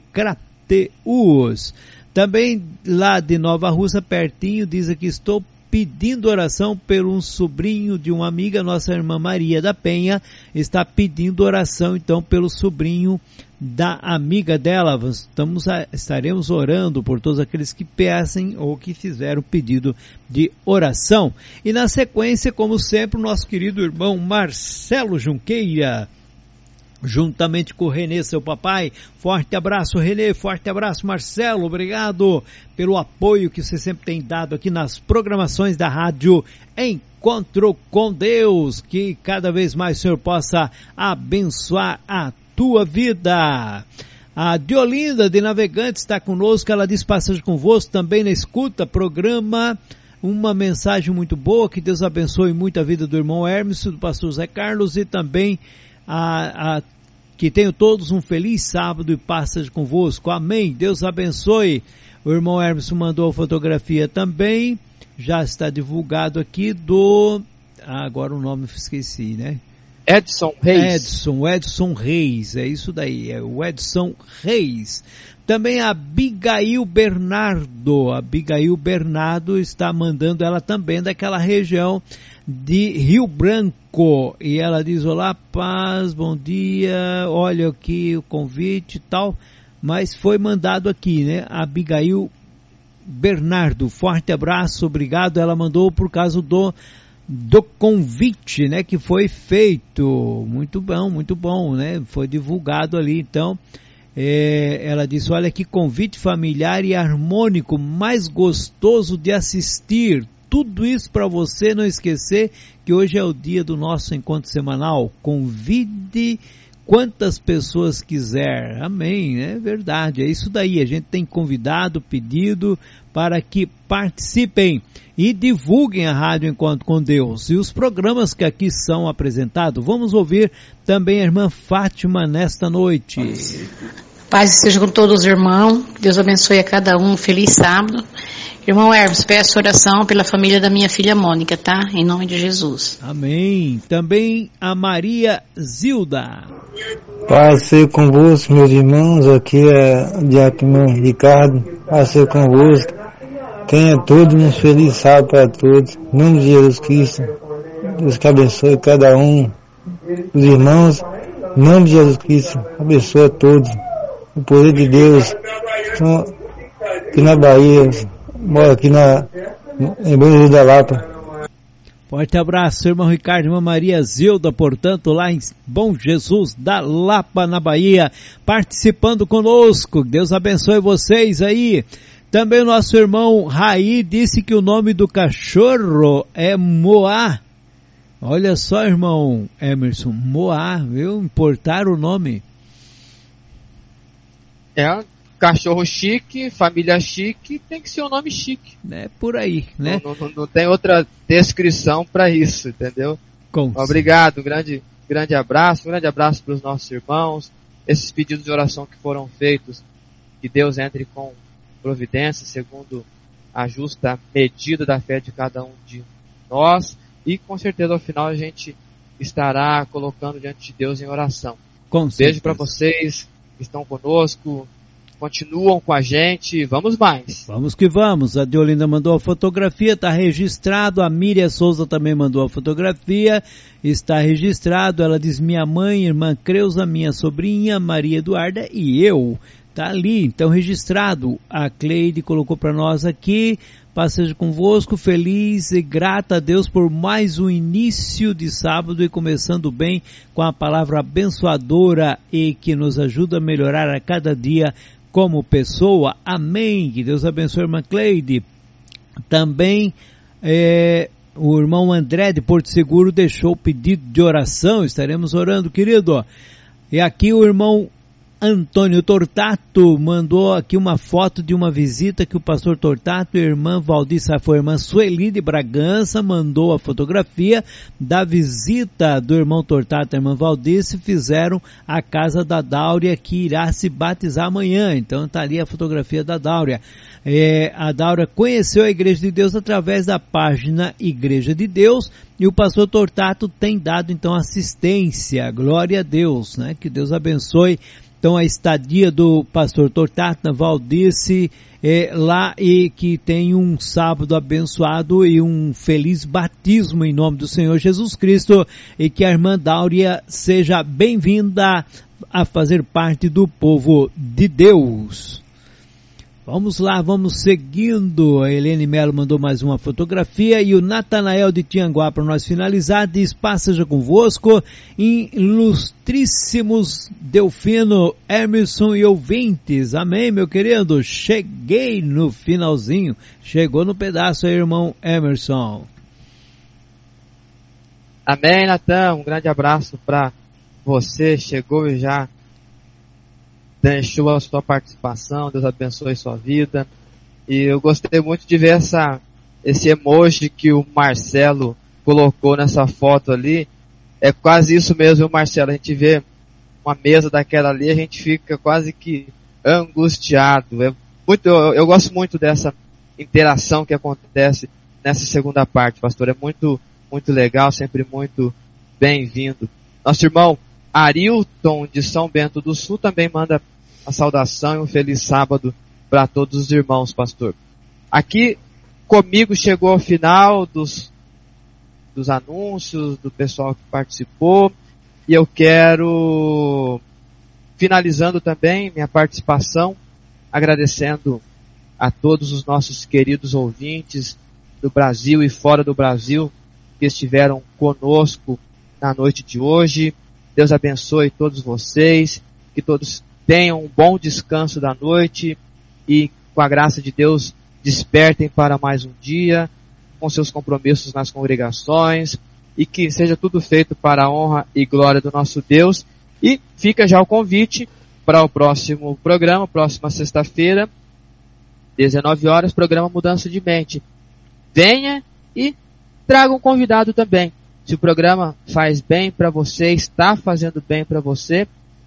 Speaker 3: Crateús. Também lá de Nova Russa, pertinho, diz aqui: estou pedindo oração por um sobrinho de uma amiga, nossa irmã Maria da Penha, está pedindo oração, então, pelo sobrinho da amiga dela. Estamos, estaremos orando por todos aqueles que peçam ou que fizeram pedido de oração. E na sequência, como sempre, o nosso querido irmão Marcelo Junqueira, juntamente com o Renê, seu papai. Forte abraço, Renê, forte abraço, Marcelo, obrigado pelo apoio que você sempre tem dado aqui nas programações da rádio Encontro com Deus. Que cada vez mais o Senhor possa abençoar a tua vida. A Diolinda de Navegantes está conosco, ela diz: passagem convosco, também na escuta, programa, uma mensagem muito boa, que Deus abençoe muito a vida do irmão Hermes, do pastor Zé Carlos, e também a, a que tenham todos um feliz sábado e paz convosco. Amém. Deus abençoe. O irmão Hermes mandou a fotografia também. Já está divulgado aqui do... Ah, agora o nome esqueci, né?
Speaker 4: Edson Reis.
Speaker 3: Edson, Edson Reis. É isso daí. É o Edson Reis. Também a Abigail Bernardo. A Abigail Bernardo está mandando, ela também daquela região de Rio Branco, e ela diz: olá, paz, bom dia, olha aqui o convite e tal, mas foi mandado aqui, né? A Abigail Bernardo, forte abraço, obrigado. Ela mandou por causa do do convite, né, que foi feito. Muito bom, muito bom, né? Foi divulgado ali, então. É, ela disse: olha que convite familiar e harmônico, mais gostoso de assistir. Tudo isso para você não esquecer que hoje é o dia do nosso encontro semanal. Convide quantas pessoas quiser. Amém, é verdade, é isso daí. A gente tem convidado, pedido para que participem e divulguem a Rádio Encontro com Deus e os programas que aqui são apresentados. Vamos ouvir também a irmã Fátima nesta noite.
Speaker 12: Paz seja com todos os irmãos, Deus abençoe a cada um, feliz sábado. Irmão Hermes, peço oração pela família da minha filha Mônica, tá? Em nome de Jesus.
Speaker 3: Amém. Também a Maria Zilda.
Speaker 13: Paz seja convosco, meus irmãos, aqui é o diácono Ricardo, paz seja convosco. Tenha todos um feliz sábado para todos, em nome de Jesus Cristo. Deus que abençoe cada um, os irmãos, em nome de Jesus Cristo, abençoe a todos. O poder de Deus, aqui na Bahia, moro aqui na, em Bom Jesus da Lapa.
Speaker 3: Forte abraço, irmão Ricardo, irmã Maria Zilda, portanto, lá em Bom Jesus da Lapa, na Bahia, participando conosco. Deus abençoe vocês aí. Também o nosso irmão Raí disse que o nome do cachorro é Moá. Olha só, irmão Emerson, Moá, viu? Importaram o nome.
Speaker 4: É, cachorro chique, família chique, tem que ser um nome chique.
Speaker 3: É por aí, né?
Speaker 4: Não, não, não tem outra descrição para isso, entendeu?
Speaker 3: Com
Speaker 4: Obrigado, grande, grande abraço, um grande abraço para os nossos irmãos. Esses pedidos de oração que foram feitos, que Deus entre com providência, segundo a justa medida da fé de cada um de nós. E com certeza ao final a gente estará colocando diante de Deus em oração.
Speaker 3: Com
Speaker 4: Beijo para vocês que estão conosco, continuam com a gente, vamos mais.
Speaker 3: Vamos que vamos, a Deolinda mandou a fotografia, está registrado, a Miriam Souza também mandou a fotografia, está registrado, ela diz minha mãe, irmã Creuza, minha sobrinha, Maria Eduarda e eu, está ali, então registrado, a Cleide colocou para nós aqui, paz seja convosco, feliz e grata a Deus por mais um início de sábado e começando bem com a palavra abençoadora e que nos ajuda a melhorar a cada dia como pessoa. Amém. Que Deus abençoe a irmã Cleide. Também é, o irmão André de Porto Seguro deixou o pedido de oração. Estaremos orando, querido. E aqui o irmão Antônio Tortato mandou aqui uma foto de uma visita que o pastor Tortato e a irmã Valdice, foi a irmã Sueli de Bragança, mandou a fotografia da visita do irmão Tortato e a irmã Valdice, fizeram a casa da Dáurea que irá se batizar amanhã, então está ali a fotografia da Dáurea. É, a Dáurea conheceu a Igreja de Deus através da página Igreja de Deus e o pastor Tortato tem dado então assistência, glória a Deus, né? Que Deus abençoe. Então a estadia do pastor Tortato na Valdice é, lá e que tem um sábado abençoado e um feliz batismo em nome do Senhor Jesus Cristo e que a irmã Dáurea seja bem-vinda a fazer parte do povo de Deus. Vamos lá, vamos seguindo. A Helene Melo mandou mais uma fotografia e o Natanael de Tianguá para nós finalizar diz, paz seja convosco, ilustríssimos Delfino, Emerson e ouvintes. Amém, meu querido. Cheguei no finalzinho. Chegou no pedaço aí, irmão Emerson.
Speaker 4: Amém, Natan. Um grande abraço para você. Chegou e já deixou a sua participação, Deus abençoe sua vida, e eu gostei muito de ver essa, esse emoji que o Marcelo colocou nessa foto ali, é quase isso mesmo, Marcelo, a gente vê uma mesa daquela ali, a gente fica quase que angustiado, é muito, eu, eu gosto muito dessa interação que acontece nessa segunda parte, pastor, é muito, muito legal, sempre muito bem-vindo. Nosso irmão Arilton de São Bento do Sul também manda a saudação e um feliz sábado para todos os irmãos, pastor. Aqui comigo chegou ao final dos, dos anúncios, do pessoal que participou, e eu quero, finalizando também minha participação, agradecendo a todos os nossos queridos ouvintes do Brasil e fora do Brasil que estiveram conosco na noite de hoje. Deus abençoe todos vocês, que todos tenham um bom descanso da noite e, com a graça de Deus, despertem para mais um dia, com seus compromissos nas congregações, e que seja tudo feito para a honra e glória do nosso Deus. E fica já o convite para o próximo programa, próxima sexta-feira, dezenove horas, programa Mudança de Mente. Venha e traga um convidado também. Se o programa faz bem para você, está fazendo bem para você,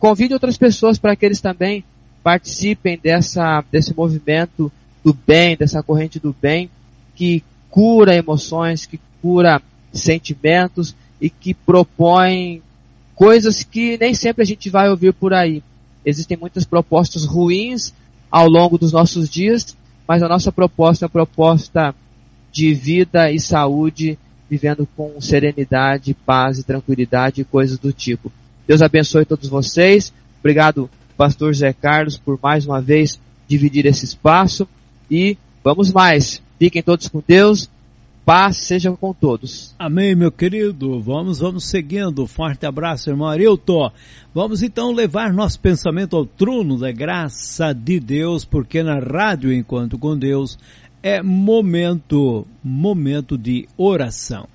Speaker 4: convide outras pessoas para que eles também participem dessa, desse movimento do bem, dessa corrente do bem, que cura emoções, que cura sentimentos e que propõe coisas que nem sempre a gente vai ouvir por aí. Existem muitas propostas ruins ao longo dos nossos dias, mas a nossa proposta é uma proposta de vida e saúde, vivendo com serenidade, paz e tranquilidade e coisas do tipo. Deus abençoe todos vocês. Obrigado, pastor Zé Carlos, por mais uma vez dividir esse espaço. E vamos mais. Fiquem todos com Deus. Paz seja com todos.
Speaker 3: Amém, meu querido. Vamos, vamos seguindo. Forte abraço, irmão Arilton. Vamos então levar nosso pensamento ao trono da graça de Deus, porque na rádio Encontro com Deus é momento, momento de oração.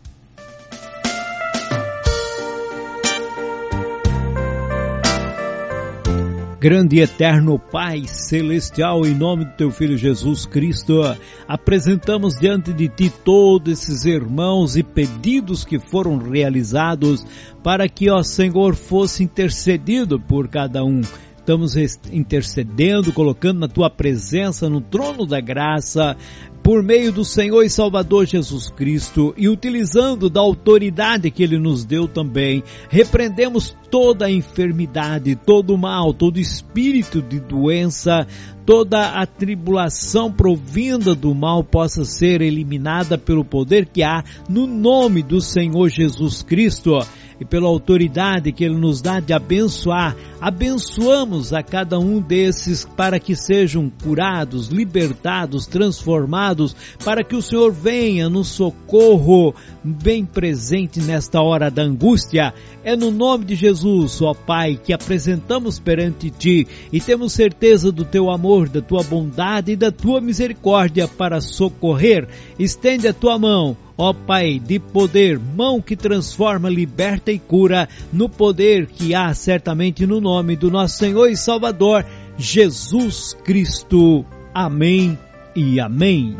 Speaker 3: Grande e eterno Pai Celestial, em nome do Teu Filho Jesus Cristo, apresentamos diante de Ti todos esses irmãos e pedidos que foram realizados para que, ó Senhor, fosse intercedido por cada um. Estamos intercedendo, colocando na Tua presença, no trono da graça, por meio do Senhor e Salvador Jesus Cristo, e utilizando da autoridade que Ele nos deu também, repreendemos toda a enfermidade, todo o mal, todo espírito de doença, toda a tribulação provinda do mal possa ser eliminada pelo poder que há no nome do Senhor Jesus Cristo. E pela autoridade que Ele nos dá de abençoar, abençoamos a cada um desses para que sejam curados, libertados, transformados, para que o Senhor venha no socorro bem presente nesta hora da angústia. É no nome de Jesus, ó Pai, que apresentamos perante Ti e temos certeza do Teu amor, da Tua bondade e da Tua misericórdia para socorrer. Estende a Tua mão, ó Pai, de poder, mão que transforma, liberta e cura, no poder que há certamente no nome do nosso Senhor e Salvador, Jesus Cristo. Amém e amém.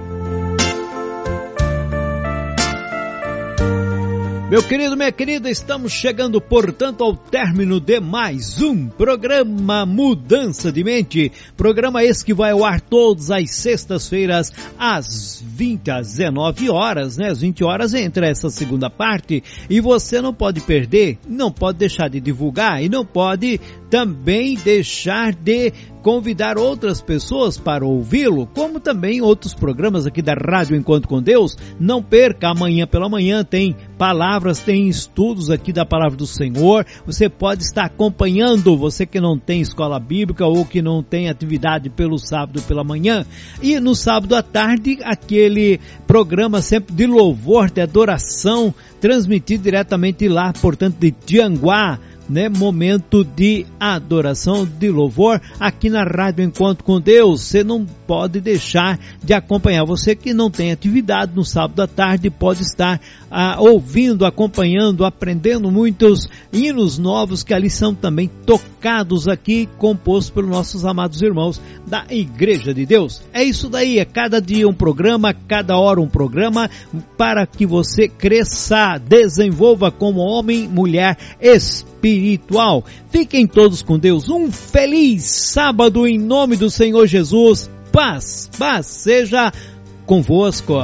Speaker 3: Meu querido, minha querida, estamos chegando, portanto, ao término de mais um programa Mudança de Mente. Programa esse que vai ao ar todas as sextas-feiras, às vinte, às dezenove horas, né? Às vinte horas entra essa segunda parte. E você não pode perder, não pode deixar de divulgar e não pode também deixar de convidar outras pessoas para ouvi-lo, como também outros programas aqui da Rádio Encontro com Deus. Não perca, amanhã pela manhã tem palavras, tem estudos aqui da Palavra do Senhor. Você pode estar acompanhando, você que não tem escola bíblica ou que não tem atividade pelo sábado pela manhã. E no sábado à tarde, aquele programa sempre de louvor, de adoração, transmitido diretamente lá, portanto, de Tianguá, né, momento de adoração, de louvor, aqui na Rádio Encontro com Deus. Você não pode deixar de acompanhar. Você que não tem atividade no sábado à tarde pode estar ah, ouvindo, acompanhando, aprendendo muitos hinos novos que ali são também tocados aqui, compostos pelos nossos amados irmãos da Igreja de Deus. É isso daí, é cada dia um programa, cada hora um programa, para que você cresça, desenvolva como homem, mulher, espiritual. Fiquem todos com Deus. Um feliz sábado em nome do Senhor Jesus. Paz, paz seja convosco.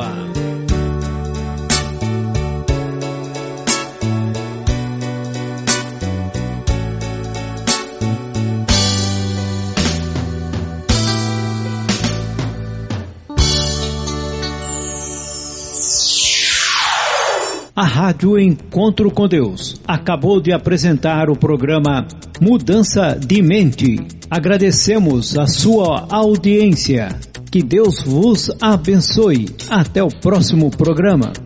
Speaker 3: A Rádio Encontro com Deus acabou de apresentar o programa Mudança de Mente. Agradecemos a sua audiência. Que Deus vos abençoe. Até o próximo programa.